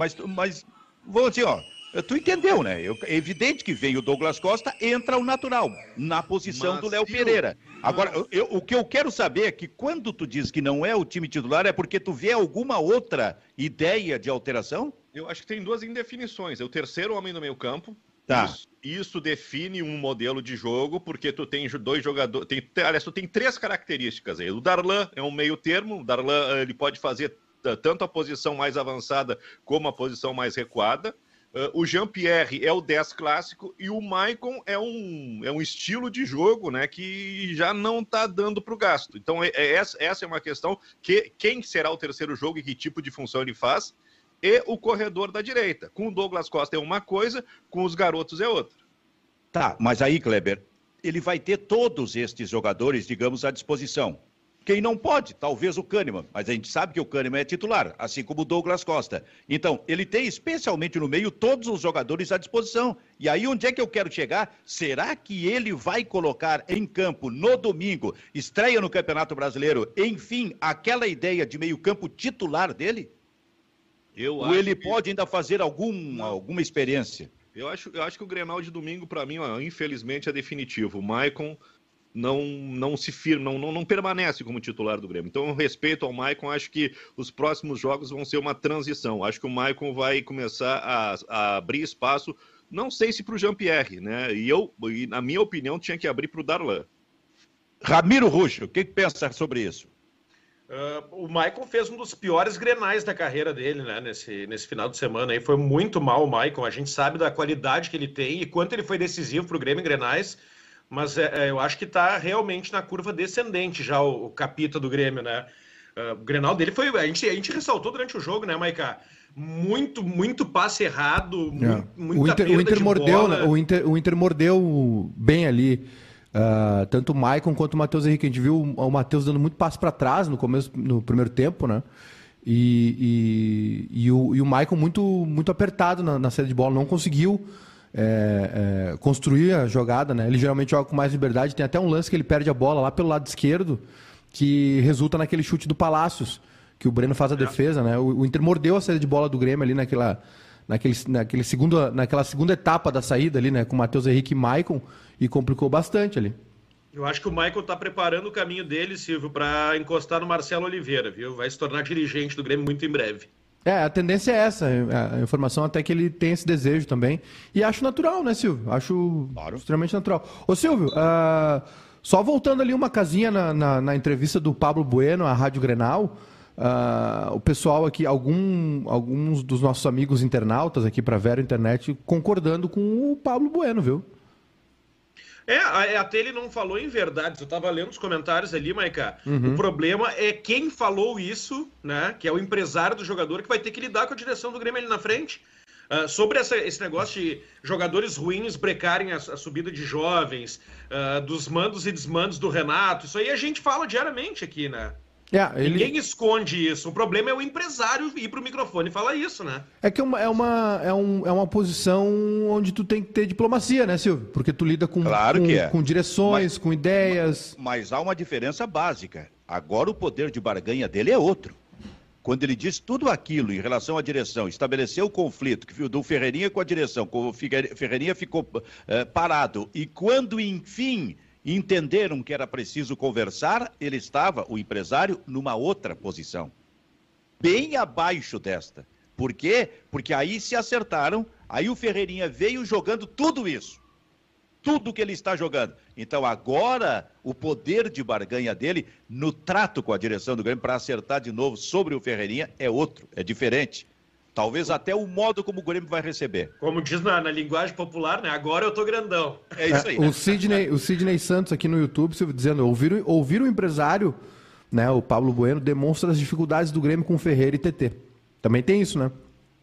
A: vamos assim, ó. Tu entendeu, né? É evidente que vem o Douglas Costa, entra o natural, na posição do Léo Pereira. Agora, o que eu quero saber é que quando tu diz que não é o time titular, é porque tu vê alguma outra ideia de alteração?
B: Eu acho que tem duas indefinições. É o terceiro homem no meio campo.
A: Tá.
B: Isso define um modelo de jogo, porque tu tem dois jogadores... Aliás, tu tem três características aí. O Darlan é um meio termo. O Darlan, ele pode fazer tanto a posição mais avançada como a posição mais recuada. O Jean-Pierre é o 10 clássico e o Maicon é um estilo de jogo, né, que já não está dando para o gasto. Então, essa é uma questão, quem será o terceiro jogo e que tipo de função ele faz, e o corredor da direita. Com o Douglas Costa é uma coisa, com os garotos é outra.
A: Tá, mas aí, Kleber, ele vai ter todos estes jogadores, digamos, à disposição. Quem não pode, talvez o Kahneman, mas a gente sabe que o Kahneman é titular, assim como o Douglas Costa. Então, ele tem especialmente no meio todos os jogadores à disposição. E aí, onde é que eu quero chegar? Será que ele vai colocar em campo no domingo, estreia no Campeonato Brasileiro, enfim, aquela ideia de meio-campo titular dele? Ou ele pode ainda fazer alguma experiência?
B: Eu acho que o Grenal de domingo, para mim, infelizmente, é definitivo. O Maicon não se firma, não permanece como titular do Grêmio. Então, eu respeito ao Maicon, acho que os próximos jogos vão ser uma transição. Acho que o Maicon vai começar a abrir espaço, não sei se para o Jean-Pierre, né? E na minha opinião, tinha que abrir para o Darlan.
A: Ramiro Ruxo, o que pensa sobre isso?
C: O Maicon fez um dos piores grenais da carreira dele, né? Nesse final de semana aí. Foi muito mal o Maicon. A gente sabe da qualidade que ele tem e quanto ele foi decisivo para o Grêmio em grenais. Mas eu acho que está realmente na curva descendente já o capita do Grêmio, né? O Grenal dele foi... A gente ressaltou durante o jogo, né, Maiká? Muito passe errado, muita perda de bola.
D: Né? O Inter mordeu bem ali. Tanto o Maicon quanto o Matheus Henrique. A gente viu o Matheus dando muito passe para trás no primeiro tempo, né? E o Maicon muito apertado na saída de bola. Não conseguiu... construir a jogada, né? Ele geralmente joga com mais liberdade. Tem até um lance que ele perde a bola lá pelo lado esquerdo, que resulta naquele chute do Palácios, que o Breno faz a defesa, né? O Inter mordeu a saída de bola do Grêmio ali naquela segunda etapa da saída ali, né? Com o Matheus Henrique e Maicon, e complicou bastante ali.
C: Eu acho que o Maicon está preparando o caminho dele, Silvio, para encostar no Marcelo Oliveira, viu? Vai se tornar dirigente do Grêmio muito em breve.
D: A tendência é essa, a informação até que ele tem esse desejo também. E acho natural, né, Silvio? Acho extremamente natural. Ô, Silvio, só voltando ali uma casinha na entrevista do Pablo Bueno à Rádio Grenal, o pessoal aqui, alguns dos nossos amigos internautas aqui para Vero Internet concordando com o Pablo Bueno, viu?
C: Até ele não falou em verdades. Eu estava lendo os comentários ali, Maiká. O problema é quem falou isso, né? Que é o empresário do jogador que vai ter que lidar com a direção do Grêmio ali na frente. Sobre esse negócio de jogadores ruins brecarem a subida de jovens, dos mandos e desmandos do Renato, isso aí a gente fala diariamente aqui, né? Ninguém esconde isso. O problema é o empresário ir pro microfone e falar isso, né?
D: É que é uma posição onde tu tem que ter diplomacia, né, Silvio? Porque tu lida com direções, com ideias.
A: Mas há uma diferença básica. Agora o poder de barganha dele é outro. Quando ele diz tudo aquilo em relação à direção, estabeleceu o conflito do Ferreirinha com a direção, o Ferreirinha ficou parado. E quando, enfim... entenderam que era preciso conversar, ele estava, o empresário, numa outra posição. bem abaixo desta. Por quê? Porque aí se acertaram, aí o Ferreirinha veio jogando tudo isso. Tudo que ele está jogando. Então agora o poder de barganha dele no trato com a direção do Grêmio para acertar de novo sobre o Ferreirinha é outro, é diferente. Talvez até o modo como o Grêmio vai receber.
C: Como diz na linguagem popular, né? Agora eu tô grandão.
A: É isso aí.
D: O Sidney Santos aqui no YouTube dizendo, ouvir o empresário, né, o Pablo Bueno, demonstra as dificuldades do Grêmio com o Ferreira e TT. Também tem isso, né?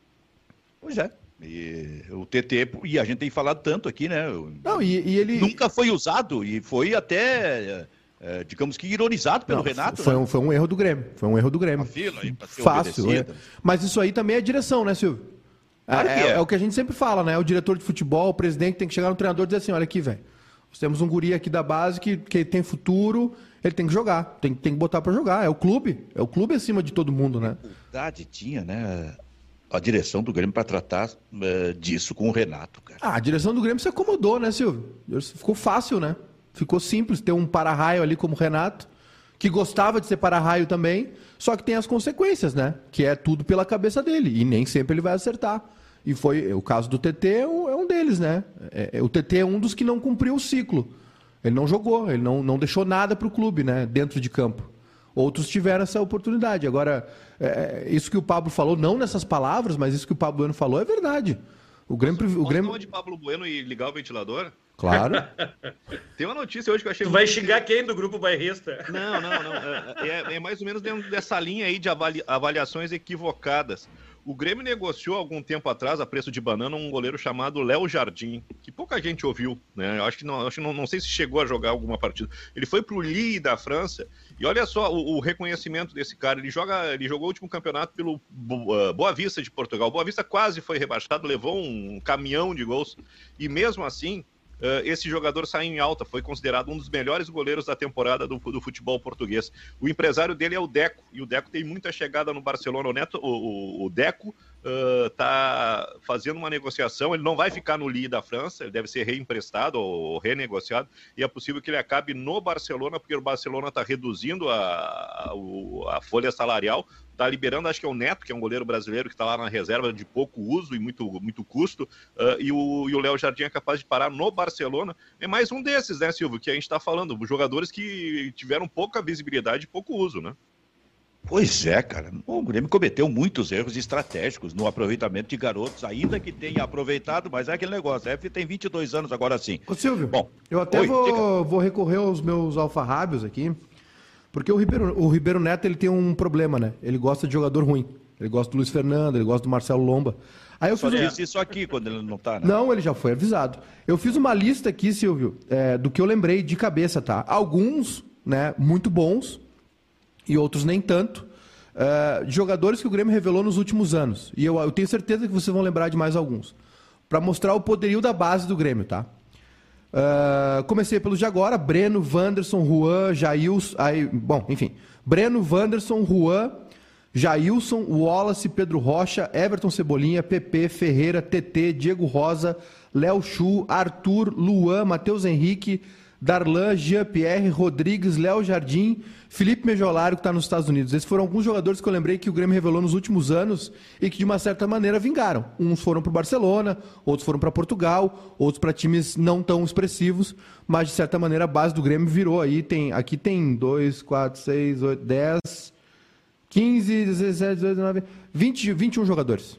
A: Pois é. E o TT, e a gente tem falado tanto aqui, né?
D: Não, e ele...
A: Nunca foi usado e foi até... digamos que ironizado pelo Renato.
D: Foi um erro do Grêmio. Foi um erro do Grêmio.
A: Fila aí pra ser
D: fácil. Mas isso aí também é direção, né, Silvio?
A: Claro
D: é o que a gente sempre fala, né? O diretor de futebol, o presidente tem que chegar no treinador e dizer assim, olha aqui, velho. Nós temos um guri aqui da base que tem futuro, ele tem que jogar. Tem que botar pra jogar. É o clube. É o clube acima de todo mundo, né?
A: Que dificuldade tinha, né? A direção do Grêmio para tratar disso com o Renato, cara.
D: A direção do Grêmio se acomodou, né, Silvio? Ficou fácil, né? Ficou simples ter um para-raio ali como o Renato, que gostava de ser para-raio também, só que tem as consequências, né? Que é tudo pela cabeça dele, e nem sempre ele vai acertar. E foi o caso do TT é um deles, né? O TT é um dos que não cumpriu o ciclo. Ele não jogou, ele não deixou nada para o clube, né? Dentro de campo. Outros tiveram essa oportunidade. Agora, isso que o Pablo falou, não nessas palavras, mas isso que o Pablo Bueno falou é verdade. O Grêmio...
B: Posso de Pablo Bueno e ligar o ventilador?
D: Claro.
B: Tem uma notícia hoje que eu achei...
C: Tu vai xingar quem do grupo bairrista?
B: Não. É mais ou menos dentro dessa linha aí de avaliações equivocadas. O Grêmio negociou algum tempo atrás, a preço de banana, um goleiro chamado Léo Jardim, que pouca gente ouviu, né? Eu acho que não sei se chegou a jogar alguma partida. Ele foi pro Lille da França, e olha só o reconhecimento desse cara. Ele jogou o último campeonato pelo Boa Vista de Portugal. Boa Vista quase foi rebaixado, levou um caminhão de gols, e mesmo assim... esse jogador saiu em alta, foi considerado um dos melhores goleiros da temporada do futebol português. O empresário dele é o Deco, e o Deco tem muita chegada no Barcelona. O Deco está fazendo uma negociação, ele não vai ficar no Lille da França, ele deve ser reemprestado ou renegociado, e é possível que ele acabe no Barcelona, porque o Barcelona está reduzindo a folha salarial, está liberando, acho que é o Neto, que é um goleiro brasileiro que está lá na reserva de pouco uso e muito custo, e o Léo Jardim é capaz de parar no Barcelona. É mais um desses, né, Silvio, que a gente está falando, jogadores que tiveram pouca visibilidade e pouco uso, né?
A: Pois é, cara. O Grêmio cometeu muitos erros estratégicos no aproveitamento de garotos, ainda que tenha aproveitado, mas é aquele negócio. A tem 22 anos agora sim.
D: Ô, Silvio, bom, eu até vou recorrer aos meus alfarrábios aqui, porque o Ribeiro Neto ele tem um problema, né? Ele gosta de jogador ruim. Ele gosta do Luiz Fernando, ele gosta do Marcelo Lomba. Aí eu
A: só disse isso aqui quando ele não tá, né?
D: Não, ele já foi avisado. Eu fiz uma lista aqui, Silvio, do que eu lembrei de cabeça, tá? Alguns, né, muito bons, e outros nem tanto, jogadores que o Grêmio revelou nos últimos anos. E eu tenho certeza que vocês vão lembrar de mais alguns. Para mostrar o poderio da base do Grêmio, tá? Comecei pelos de agora, Breno, Wanderson, Juan, Jailson... Breno, Wanderson, Juan, Jailson, Wallace, Pedro Rocha, Everton Cebolinha, PP, Ferreira, TT, Diego Rosa, Léo Chu, Arthur, Luan, Matheus Henrique, Darlan, Jean-Pierre, Rodrigues, Léo Jardim, Felipe Mejolário, que está nos Estados Unidos. Esses foram alguns jogadores que eu lembrei que o Grêmio revelou nos últimos anos e que, de uma certa maneira, vingaram. Uns foram para o Barcelona, outros foram para Portugal, outros para times não tão expressivos, mas, de certa maneira, a base do Grêmio virou aí. Aqui tem 2, 4, 6, 8, 10, 15, 17, 18, 19, 20, 21 jogadores.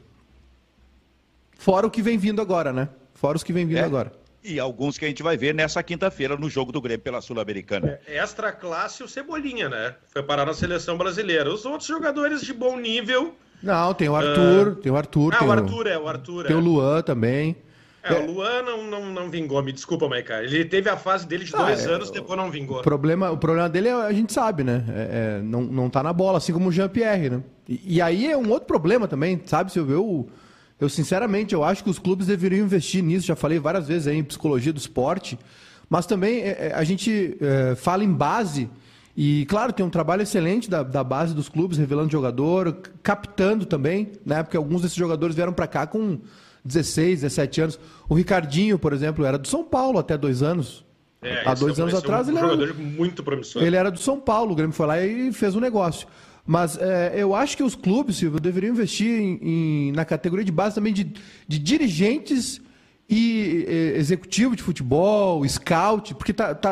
D: Fora o que vem vindo agora, né? Fora os que vem vindo agora.
A: E alguns que a gente vai ver nessa quinta-feira no jogo do Grêmio pela Sul-Americana.
C: Extra classe o Cebolinha, né? Foi parar na seleção brasileira. Os outros jogadores de bom nível...
D: Não, tem o Arthur, tem o Arthur.
C: Ah, o Arthur.
D: Tem o Luan também.
C: O Luan não vingou, me desculpa, Maica. Ele teve a fase dele de 2 anos, depois não vingou.
D: O problema dele, a gente sabe, né? Não tá na bola, assim como o Jean-Pierre, né? E aí é um outro problema também, sabe, Silvio? Eu sinceramente, eu acho que os clubes deveriam investir nisso, já falei várias vezes aí em psicologia do esporte, mas também a gente fala em base, e claro, tem um trabalho excelente da base dos clubes, revelando jogador, captando também, né? Porque alguns desses jogadores vieram para cá com 16, 17 anos. O Ricardinho, por exemplo, era do São Paulo até 2 anos. Há 2 anos atrás ele era
C: um jogador muito promissor.
D: Ele era do São Paulo, o Grêmio foi lá e fez um negócio. Mas eu acho que os clubes, Silvio, deveriam investir na categoria de base também de dirigentes e executivo de futebol, scout, porque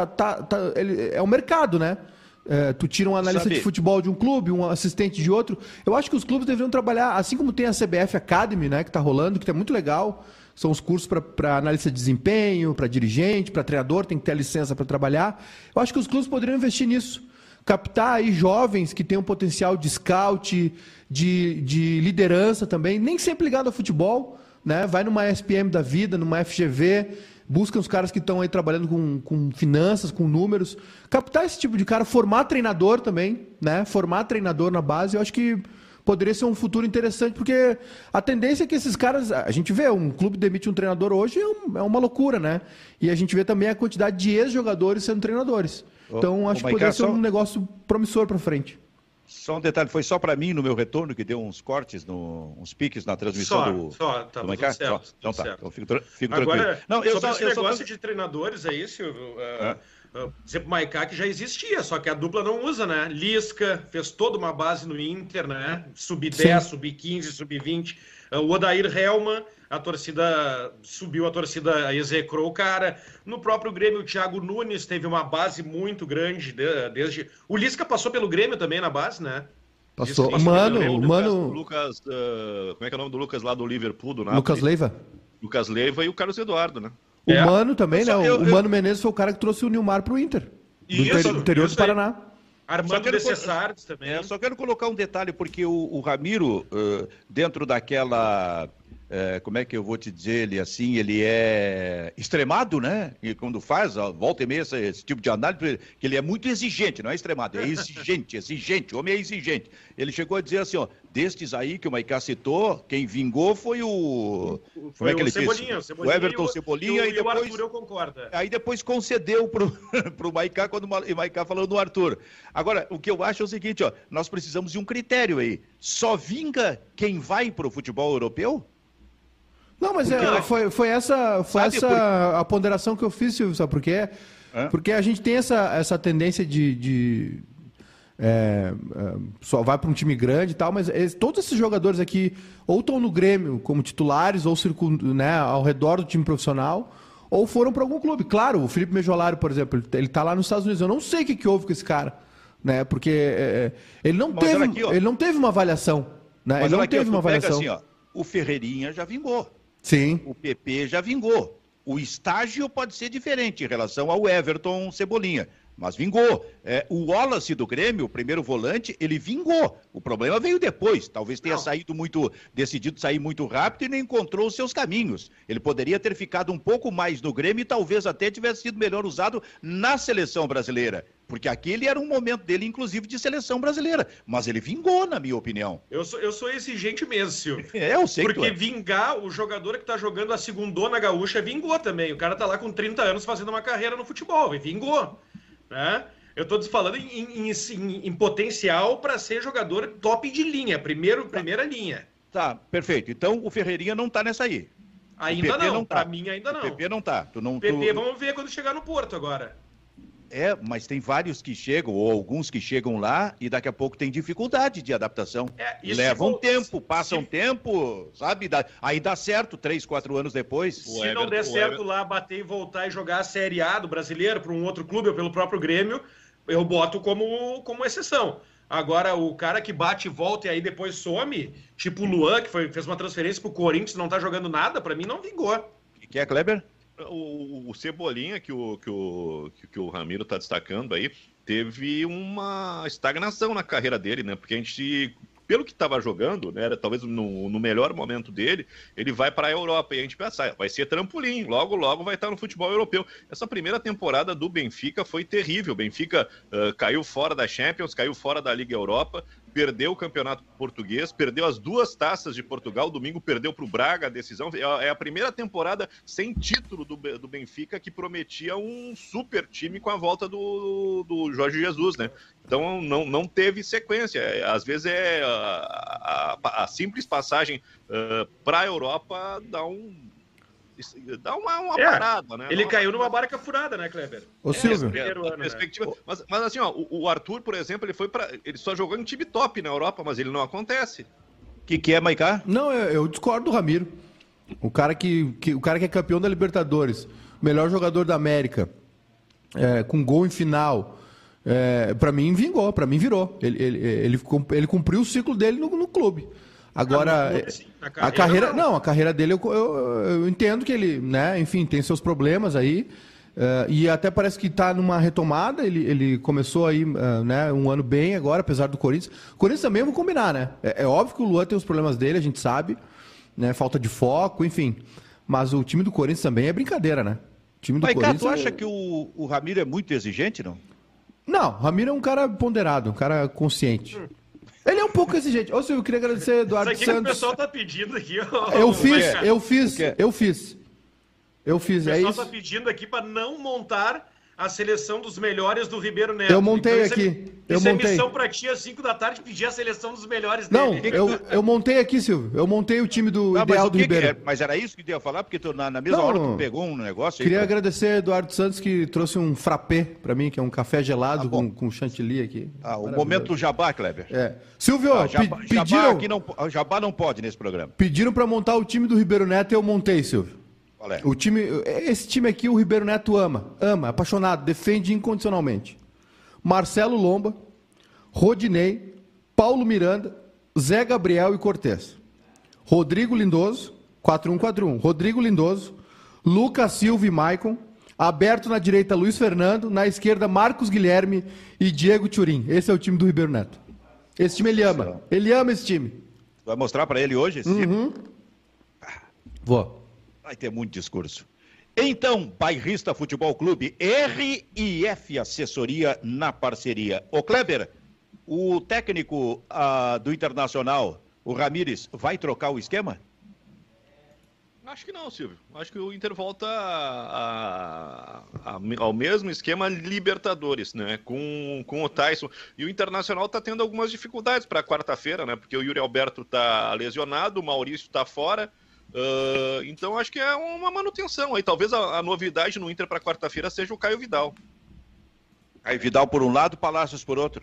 D: é um mercado, né? Tu tira um analista de futebol de um clube, um assistente de outro. Eu acho que os clubes deveriam trabalhar, assim como tem a CBF Academy, né, que está rolando, que é muito legal. São os cursos para analista de desempenho, para dirigente, para treinador, tem que ter a licença para trabalhar. Eu acho que os clubes poderiam investir nisso. Captar aí jovens que têm um potencial de scout, de liderança também, nem sempre ligado ao futebol, né? Vai numa SPM da vida, numa FGV, busca os caras que estão aí trabalhando com finanças, com números. Captar esse tipo de cara, formar treinador também, né? Formar treinador na base, eu acho que poderia ser um futuro interessante, porque a tendência é que esses caras... A gente vê, um clube demite um treinador hoje, é uma loucura, né? E a gente vê também a quantidade de ex-jogadores sendo treinadores. Então, acho que poderia ser um negócio promissor para frente.
A: Só um detalhe, foi só para mim no meu retorno que deu uns cortes, uns piques na transmissão
C: tá
A: do Maicá?
C: Certo,
A: então tá, então fico tranquilo.
C: Agora, sobre esse negócio de treinadores aí, Silvio, por exemplo, o Maicá que já existia, só que a dupla não usa, né? Lisca fez toda uma base no Inter, né? Sub-10, sub-15, sub-20. O Odair Helman, a torcida subiu, a torcida execrou o cara. No próprio Grêmio, o Thiago Nunes teve uma base muito grande desde... O Lisca passou pelo Grêmio também na base, né?
D: Passou.
B: O
D: Mano...
B: Lucas, como é que é o nome do Lucas lá do Liverpool, do Napoli?
D: Lucas Leiva.
B: Lucas Leiva e o Carlos Eduardo, né?
D: O Mano também, né? O Mano Menezes foi o cara que trouxe o Nilmar pro Inter. Do interior do Paraná.
C: Armando de Cessardes também.
A: Só quero colocar um detalhe, porque o Ramiro, dentro daquela... como é que eu vou te dizer, ele é extremado, né? E quando faz, volta e meia, esse tipo de análise, que ele é muito exigente, não é extremado, é exigente, o homem é exigente. Ele chegou a dizer assim, ó, destes aí que o Maicá citou, quem vingou foi como é que ele
C: Cebolinha,
A: disse? O Everton Cebolinha
C: e depois, o Arthur, eu concordo.
A: Aí depois concedeu pro Maicá quando o Maicá falou no Arthur. Agora, o que eu acho é o seguinte, ó, nós precisamos de um critério aí. Só vinga quem vai pro futebol europeu?
D: Não, mas foi essa a ponderação que eu fiz, Silvio, sabe por quê? Porque a gente tem essa tendência de só vai para um time grande e tal, mas todos esses jogadores aqui ou estão no Grêmio como titulares, ou né, ao redor do time profissional, ou foram para algum clube. Claro, o Felipe Mejolaro, por exemplo, ele está lá nos Estados Unidos. Eu não sei o que houve com esse cara, né? Porque ele não teve uma avaliação. Né? Ele não teve uma avaliação.
A: Assim, ó, o Ferreirinha já vingou.
D: Sim.
A: O PP já vingou. O estágio pode ser diferente em relação ao Everton Cebolinha, mas vingou. O Wallace do Grêmio, o primeiro volante, ele vingou. O problema veio depois. Talvez tenha decidido sair muito rápido e não encontrou os seus caminhos. Ele poderia ter ficado um pouco mais no Grêmio e talvez até tivesse sido melhor usado na seleção brasileira. Porque aquele era um momento dele, inclusive, de seleção brasileira. Mas ele vingou, na minha opinião.
C: Eu sou exigente mesmo, Silvio.
A: Eu sei
C: porque vingar, o jogador que tá jogando a segundona gaúcha vingou também. O cara tá lá com 30 anos fazendo uma carreira no futebol, e vingou. Né? Eu tô falando em potencial para ser jogador top de linha, primeira linha.
A: Tá, perfeito. Então o Ferreirinha não tá nessa aí.
C: Ainda não, para mim ainda não.
A: O PP não tá.
C: Vamos ver quando chegar no Porto agora.
A: Mas tem vários que chegam, ou alguns que chegam lá, e daqui a pouco tem dificuldade de adaptação. Levam tempo, passam tempo, sabe? Aí dá certo, 3, 4 anos depois.
C: Se não der certo lá, bater e voltar e jogar a Série A do brasileiro para um outro clube ou pelo próprio Grêmio, eu boto como exceção. Agora, o cara que bate e volta e aí depois some, tipo o Luan, que fez uma transferência pro Corinthians e não tá jogando nada, para mim não vingou.
A: O que é, Kleber?
B: O Cebolinha, que o Ramiro está destacando aí, teve uma estagnação na carreira dele, né? Porque a gente, pelo que estava jogando, né, talvez no melhor momento dele, ele vai para a Europa e a gente pensa, vai ser trampolim, logo vai estar no futebol europeu. Essa primeira temporada do Benfica foi terrível. O Benfica caiu fora da Champions, caiu fora da Liga Europa, perdeu o Campeonato Português, perdeu as 2 taças de Portugal, domingo perdeu para o Braga a decisão. É a primeira temporada sem título do Benfica, que prometia um super time com a volta do Jorge Jesus, né? Então não teve sequência. Às vezes a simples passagem para a Europa dá dá uma parada, né?
C: Ele caiu numa barca furada, né, Kleber?
D: Ô, Silvio.
B: Perspectiva. Mas assim, ó, o Arthur, por exemplo, ele só jogou em time top na Europa, mas ele não acontece.
A: O que é, Maicá?
D: Não, eu discordo do Ramiro. O cara que é campeão da Libertadores, melhor jogador da América, com gol em final, pra mim vingou, pra mim virou. Ele cumpriu o ciclo dele no clube. Agora, a carreira dele eu entendo que ele, né, enfim, tem seus problemas aí. E até parece que está numa retomada. Ele começou aí, né, um ano bem agora, apesar do Corinthians. O Corinthians também, vamos combinar, né? É óbvio que o Luan tem os problemas dele, a gente sabe, né? Falta de foco, enfim. Mas o time do Corinthians também é brincadeira, né? O time do Corinthians.
A: Tu acha que o Ramiro é muito exigente, não?
D: Não, o Ramiro é um cara ponderado, um cara consciente. Ele é um pouco exigente. Ô, Silvio, eu queria agradecer Eduardo Santos.
C: Isso aqui que o pessoal tá pedindo aqui.
D: Eu fiz. O pessoal
C: está pedindo aqui para não montar a seleção dos melhores do Ribeiro Neto.
D: Eu montei então, aqui.
C: Isso é missão para ti às 5 da tarde pedir a seleção dos melhores
D: dele. Não, eu montei aqui, Silvio. Eu montei o time do ideal do Ribeiro.
A: Mas era isso que tu ia falar? Porque na mesma hora tu pegou um negócio aí.
D: Queria agradecer Eduardo Santos que trouxe um frappé para mim, que é um café gelado com chantilly aqui.
A: O momento do jabá, Kleber.
D: Silvio,
A: pediram... Jabá não pode nesse programa.
D: Pediram para montar o time do Ribeiro Neto e eu montei, Silvio. Esse time aqui o Ribeiro Neto ama, apaixonado, defende incondicionalmente. Marcelo Lomba, Rodinei, Paulo Miranda, Zé Gabriel e Cortez. Rodrigo Lindoso, 4-1-4-1. Rodrigo Lindoso, Lucas Silva e Maicon. Aberto na direita, Luiz Fernando. Na esquerda, Marcos Guilherme e Diego Turim. Esse é o time do Ribeiro Neto. Esse time ele ama. Ele ama esse time.
A: Vai mostrar para ele hoje esse time?
D: Vou.
A: Vai ter muito discurso. Então, Bairrista Futebol Clube, RIF Assessoria na parceria. Ô Kleber, o técnico do Internacional, o Ramírez, vai trocar o esquema?
B: Acho que não, Silvio. Acho que o Inter volta ao mesmo esquema Libertadores, né? Com o Tyson. E o Internacional está tendo algumas dificuldades para quarta-feira, né? Porque o Yuri Alberto está lesionado, o Maurício está fora. Então acho que é uma manutenção aí. Talvez a novidade no Inter para quarta-feira seja o Caio Vidal.
A: Caio Vidal por um lado, Palácios por outro.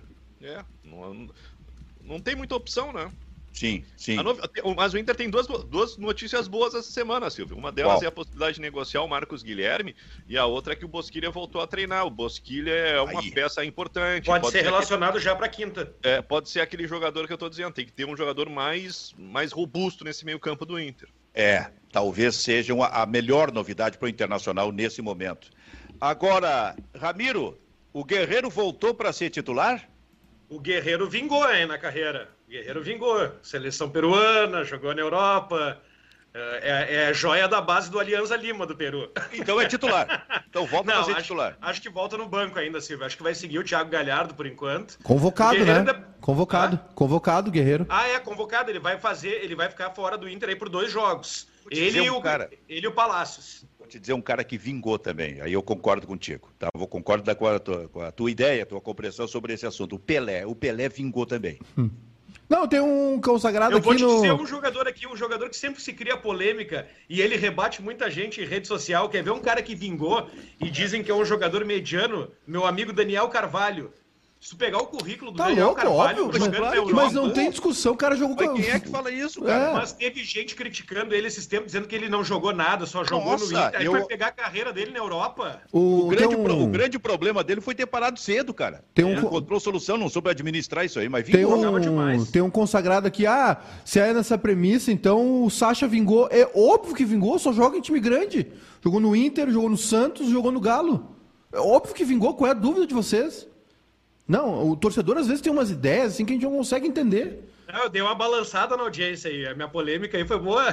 B: Não tem muita opção, né?
A: Sim.
B: Mas o Inter tem duas notícias boas essa semana, Silvio. Uma delas é a possibilidade de negociar o Marcos Guilherme e a outra é que o Bosquilha voltou a treinar. O Bosquilha é uma peça importante.
C: Pode ser relacionado já para quinta.
B: Pode ser aquele jogador que eu estou dizendo. Tem que ter um jogador mais robusto nesse meio campo do Inter.
A: Talvez seja a melhor novidade para o Internacional nesse momento. Agora, Ramiro, o Guerreiro voltou para ser titular?
C: O Guerreiro vingou na carreira. O Guerreiro vingou. Seleção peruana, jogou na Europa. É a joia da base do Alianza Lima, do Peru.
A: Então é titular. Então volta a ser titular.
C: Acho que volta no banco ainda, Silvio. Acho que vai seguir o Thiago Galhardo por enquanto.
D: Convocado, né? Convocado, Guerreiro.
C: Convocado. Ele vai ficar fora do Inter aí por 2 jogos. Ele e o Palácios.
A: Vou te dizer um cara que vingou também. Aí eu concordo contigo. Tá? Eu concordo com a tua ideia, a tua compreensão sobre esse assunto. O Pelé vingou também.
D: Não, tem um consagrado aqui no...
C: Eu vou te dizer um jogador que sempre se cria polêmica e ele rebate muita gente em rede social. Quer ver um cara que vingou e dizem que é um jogador mediano? Meu amigo Daniel Carvalho. Se tu pegar o currículo do Daniel Carvalho...
D: Mas não tem discussão, o cara jogou...
A: Quem é que fala isso, cara?
C: Mas teve gente criticando ele esses tempos, dizendo que ele não jogou nada, só jogou no Inter. Aí foi pegar a carreira dele na Europa.
A: O grande problema dele foi ter parado cedo, cara. Encontrou solução, não soube administrar isso aí, mas vingou.
D: Tem um consagrado aqui, se é nessa premissa, então o Sacha vingou. É óbvio que vingou, só joga em time grande. Jogou no Inter, jogou no Santos, jogou no Galo. É óbvio que vingou, qual é a dúvida de vocês? Não, o torcedor às vezes tem umas ideias assim que a gente não consegue entender.
C: Eu dei uma balançada na audiência aí, a minha polêmica aí foi boa.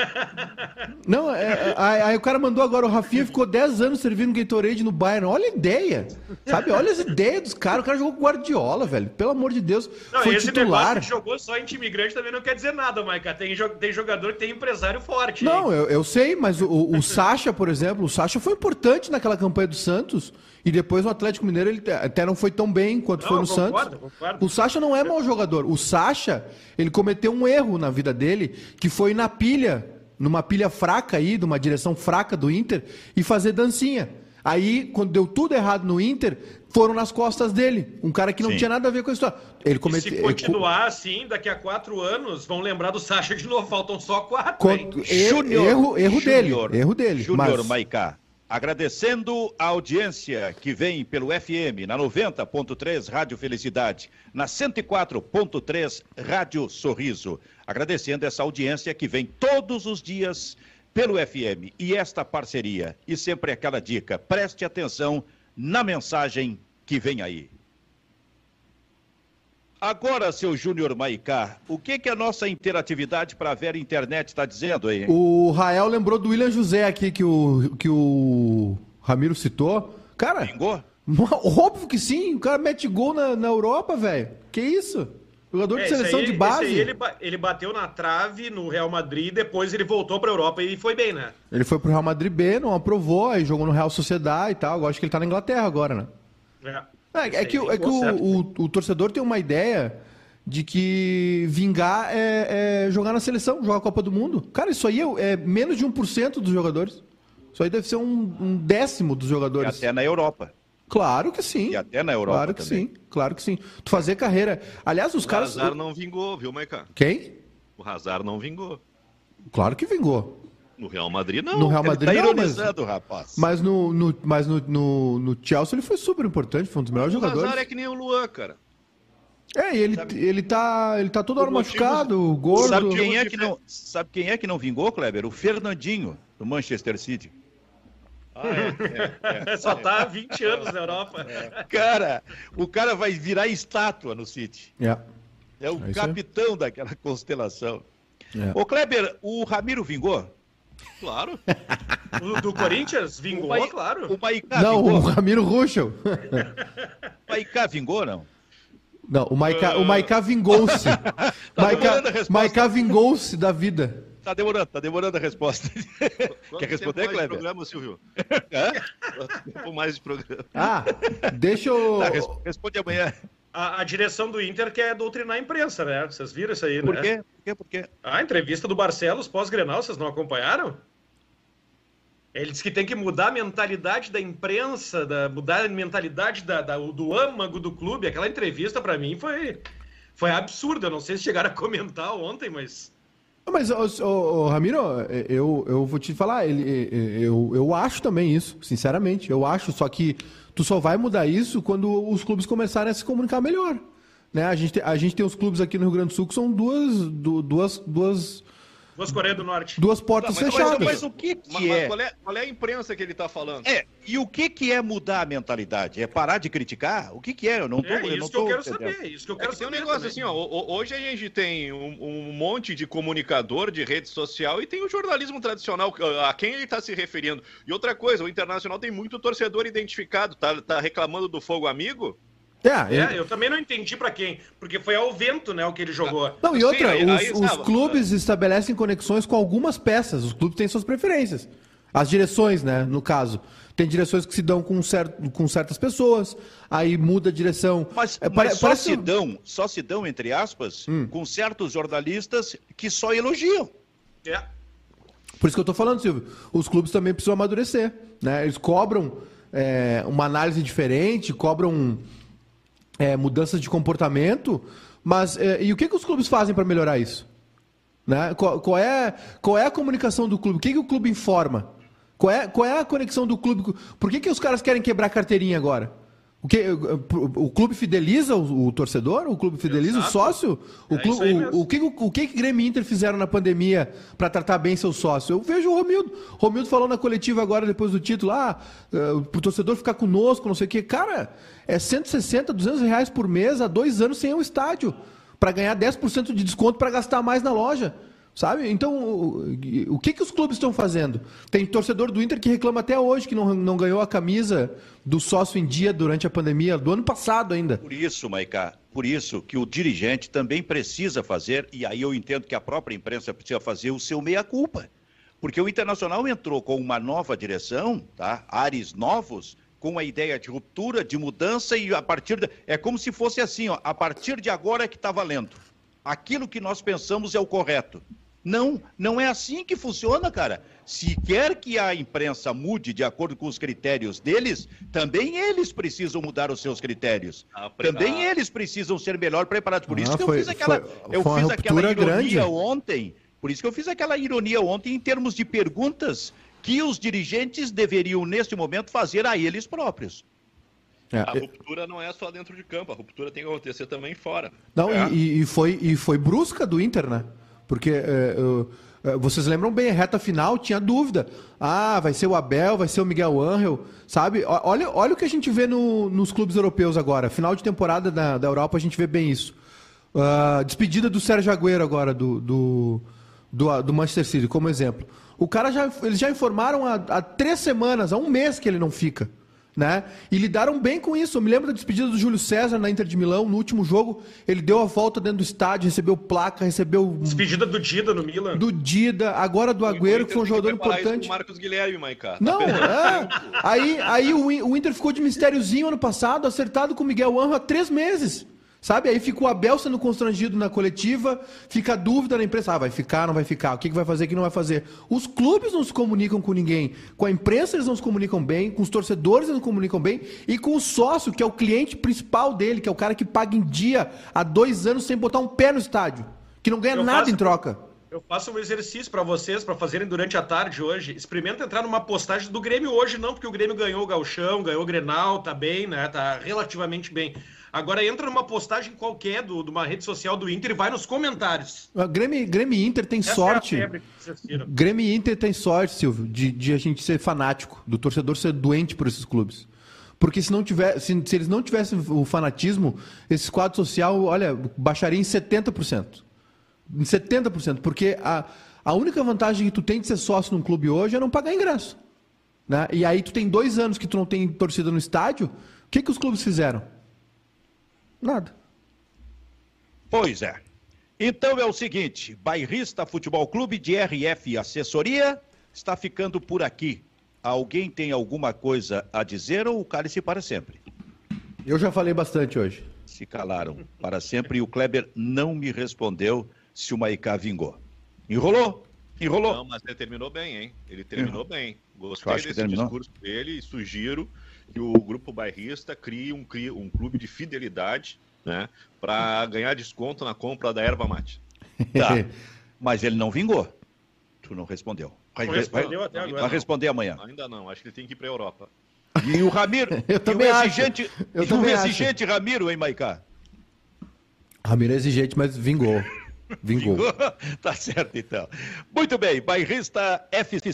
D: Não, aí o cara mandou agora, o Rafinha ficou 10 anos servindo Gatorade no Bayern. Olha a ideia, sabe? Olha as ideias dos caras. O cara jogou com Guardiola, velho. Pelo amor de Deus, foi
C: esse
D: titular.
C: Que jogou só em time grande também não quer dizer nada, Maica. Tem jogador que tem empresário forte.
D: Não, eu sei, mas o Sacha, por exemplo, o Sacha foi importante naquela campanha do Santos. E depois no Atlético Mineiro ele até não foi tão bem quanto foi no Santos. Concordo. O Sacha não é mau jogador. O Sacha, ele cometeu um erro na vida dele, que foi na pilha numa pilha fraca aí, numa direção fraca do Inter, e fazer dancinha. Aí, quando deu tudo errado no Inter, foram nas costas dele. Um cara que não tinha nada a ver com a história. Ele
C: Se continuar assim, daqui a 4 anos, vão lembrar do Sacha de novo. Faltam só 4, hein?
D: Erro dele.
A: Júnior Maicá, agradecendo a audiência que vem pelo FM, na 90.3 Rádio Felicidade, na 104.3 Rádio Sorriso. Agradecendo essa audiência que vem todos os dias pelo FM e esta parceria. E sempre aquela dica, preste atenção na mensagem que vem aí. Agora, seu Júnior Maicá, o que a nossa interatividade para a Vera Internet está dizendo aí?
D: O Rael lembrou do William José aqui, que o Ramiro citou. Cara,
A: vingou?
D: Óbvio que sim, o cara mete gol na Europa, velho. Que isso? Jogador de seleção de base.
C: Ele bateu na trave no Real Madrid, depois ele voltou para a Europa e foi bem, né?
D: Ele foi pro Real Madrid B, não aprovou, aí jogou no Real Sociedade e tal. Eu acho que ele tá na Inglaterra agora, né? É que o torcedor tem uma ideia de que vingar é jogar na seleção, jogar a Copa do Mundo. Cara, isso aí é menos de 1% dos jogadores. Isso aí deve ser um décimo dos jogadores.
A: E até na Europa.
D: Claro que sim.
A: E até na Europa
D: claro que
A: também.
D: Sim, claro que sim. Tu fazer carreira... Aliás, os caras...
B: O Hazard não vingou, viu, Maicá?
D: Quem?
B: O Hazard não vingou.
D: Claro que vingou.
B: No Real Madrid, não.
D: No Real Madrid,
A: ele tá
D: não,
A: ironizando, rapaz.
D: Mas no Chelsea ele foi super importante, foi um dos melhores jogadores.
B: O Hazard é que nem o Luan, cara.
D: Ele tá toda hora machucado, gordo.
A: Sabe quem é que não vingou, Kleber? O Fernandinho, do Manchester City.
C: Só tá há 20 anos na Europa.
A: Cara, o cara vai virar estátua no City. É o capitão daquela constelação. Ô, Kleber, o Ramiro vingou?
B: Claro.
C: O do Corinthians? Vingou, claro.
A: O Maicá
D: não,
A: vingou?
D: o Ramiro Ruschel.
A: O Maicá vingou, não?
D: Não, o Maicá vingou-se. Maicá vingou-se da vida.
A: Tá demorando a resposta. Quer responder, Kleber?
B: Programa, Silvio? Tempo mais de programa.
D: Deixa eu...
A: Responde amanhã.
C: A direção do Inter quer doutrinar a imprensa, né? Vocês viram isso aí,
A: Por
C: né?
A: Por quê?
C: A entrevista do Barcelos pós-Grenal, vocês não acompanharam? Ele disse que tem que mudar a mentalidade da imprensa, mudar a mentalidade do âmago do clube. Aquela entrevista, pra mim, foi absurda. Eu não sei se chegaram a comentar ontem, mas...
D: Mas, Ramiro, eu vou te falar, eu acho também isso, sinceramente. Eu acho, só que tu só vai mudar isso quando os clubes começarem a se comunicar melhor. Né? A gente tem os clubes aqui no Rio Grande do Sul que são duas
C: Coreias do Norte.
D: Duas portas fechadas.
A: Mas o que é?
B: Qual é a imprensa que ele tá falando?
A: E o que é mudar a mentalidade? É parar de criticar? O que é? Eu não tô
C: isso que eu quero saber. Isso que eu quero saber.
B: Tem um negócio assim, ó. Hoje a gente tem um monte de comunicador de rede social e tem o jornalismo tradicional, a quem ele tá se referindo. E outra coisa, o Internacional tem muito torcedor identificado. Tá reclamando do Fogo Amigo?
C: Eu também não entendi pra quem, porque foi ao vento, né, o que ele jogou.
D: Não, e outra, os clubes estabelecem conexões com algumas peças, os clubes têm suas preferências. As direções, né, no caso. Tem direções que se dão com certas pessoas, aí muda a direção.
A: Mas só se dão, entre aspas, com certos jornalistas que só elogiam.
D: Por isso que eu tô falando, Silvio, os clubes também precisam amadurecer, né, eles cobram uma análise diferente, cobram... mudanças de comportamento, mas e o que os clubes fazem para melhorar isso? Né? Qual é a comunicação do clube? O que o clube informa? Qual é a conexão do clube? Por que os caras querem quebrar carteirinha agora? O clube fideliza o torcedor? O clube fideliza o sócio? O que Grêmio e Inter fizeram na pandemia para tratar bem seu sócio? Eu vejo o Romildo. Romildo falou na coletiva agora, depois do título, pro torcedor ficar conosco, não sei o quê. Cara, é 160, 200 reais por mês há 2 anos sem ir ao estádio, para ganhar 10% de desconto para gastar mais na loja. Sabe? Então, o que os clubes estão fazendo? Tem torcedor do Inter que reclama até hoje que não ganhou a camisa do sócio em dia durante a pandemia, do ano passado ainda.
A: Por isso, Maicá, por isso que o dirigente também precisa fazer, e aí eu entendo que a própria imprensa precisa fazer o seu meia-culpa. Porque o Internacional entrou com uma nova direção, tá? Ares novos, com a ideia de ruptura, de mudança, e a partir é como se fosse assim, ó, a partir de agora é que está valendo. Aquilo que nós pensamos é o correto. Não, não é assim que funciona, cara. Se quer que a imprensa mude de acordo com os critérios deles, também eles precisam mudar os seus critérios. Também eles precisam ser melhor preparados. Por isso que eu fiz aquela ironia grande ontem. Por isso que eu fiz aquela ironia ontem em termos de perguntas que os dirigentes deveriam, neste momento, fazer a eles próprios.
B: A ruptura não é só dentro de campo, a ruptura tem que acontecer também fora.
D: Não, e foi brusca do Inter, né? Porque vocês lembram bem, a reta final tinha dúvida. Vai ser o Abel, vai ser o Miguel Ángel, sabe? Olha o que a gente vê nos clubes europeus agora. Final de temporada da Europa, a gente vê bem isso. Despedida do Sérgio Agüero agora, do Manchester City, como exemplo. Eles já informaram há 3 semanas, há 1 mês que ele não fica. Né? E lidaram bem com isso. Eu me lembro da despedida do Júlio César na Inter de Milão. No último jogo, ele deu a volta dentro do estádio, recebeu placa, recebeu...
C: Despedida do Dida no Milan.
D: Do Dida, agora do Agüero, que foi um jogador importante.
B: O Marcos Guilherme, Maiká.
D: Não, aí o Inter ficou de mistériozinho ano passado, acertado com o Miguel Ángel há 3 meses. Sabe? Aí fica o Abel sendo constrangido na coletiva, fica a dúvida na imprensa, vai ficar, não vai ficar, o que vai fazer, o que não vai fazer. Os clubes não se comunicam com ninguém, com a imprensa eles não se comunicam bem, com os torcedores eles não se comunicam bem, e com o sócio, que é o cliente principal dele, que é o cara que paga em dia há 2 anos sem botar um pé no estádio, que não ganha nada em troca.
C: Eu faço um exercício para vocês, para fazerem durante a tarde hoje. Experimenta entrar numa postagem do Grêmio hoje, não, porque o Grêmio ganhou o Gauchão, ganhou o Grenal, tá bem, né? Tá relativamente bem. Agora entra numa postagem qualquer de uma rede social do Inter e vai nos comentários.
D: Grêmio e Inter tem sorte. Grêmio e Inter tem sorte, Silvio, de a gente ser fanático, do torcedor ser doente por esses clubes. Porque se eles não tivessem o fanatismo, esse quadro social, olha, baixaria em 70%. Em 70%. Porque a única vantagem que tu tem de ser sócio num clube hoje é não pagar ingresso. Né? E aí tu tem 2 anos que tu não tem torcida no estádio, o que os clubes fizeram? Nada.
A: Pois é. Então é o seguinte, Bairrista Futebol Clube de RF Assessoria está ficando por aqui. Alguém tem alguma coisa a dizer ou cale-se para sempre?
D: Eu já falei bastante hoje.
A: Se calaram para sempre e o Kleber não me respondeu se o Maiká vingou. Enrolou?
B: Não, mas ele terminou bem, hein? Ele terminou bem. Gostei desse discurso dele e sugiro que o Grupo Bairrista crie um clube de fidelidade, né, para ganhar desconto na compra da erva mate.
A: Tá, mas ele não vingou. Tu não respondeu.
C: Vai
A: responder amanhã.
B: Ainda não, acho que ele tem que ir para a Europa.
A: E o Ramiro?
D: Eu também acho.
A: O exigente Ramiro, hein, Maiká?
D: Ramiro é exigente, mas vingou. Vingou.
A: Tá certo, então. Muito bem, Bairrista FC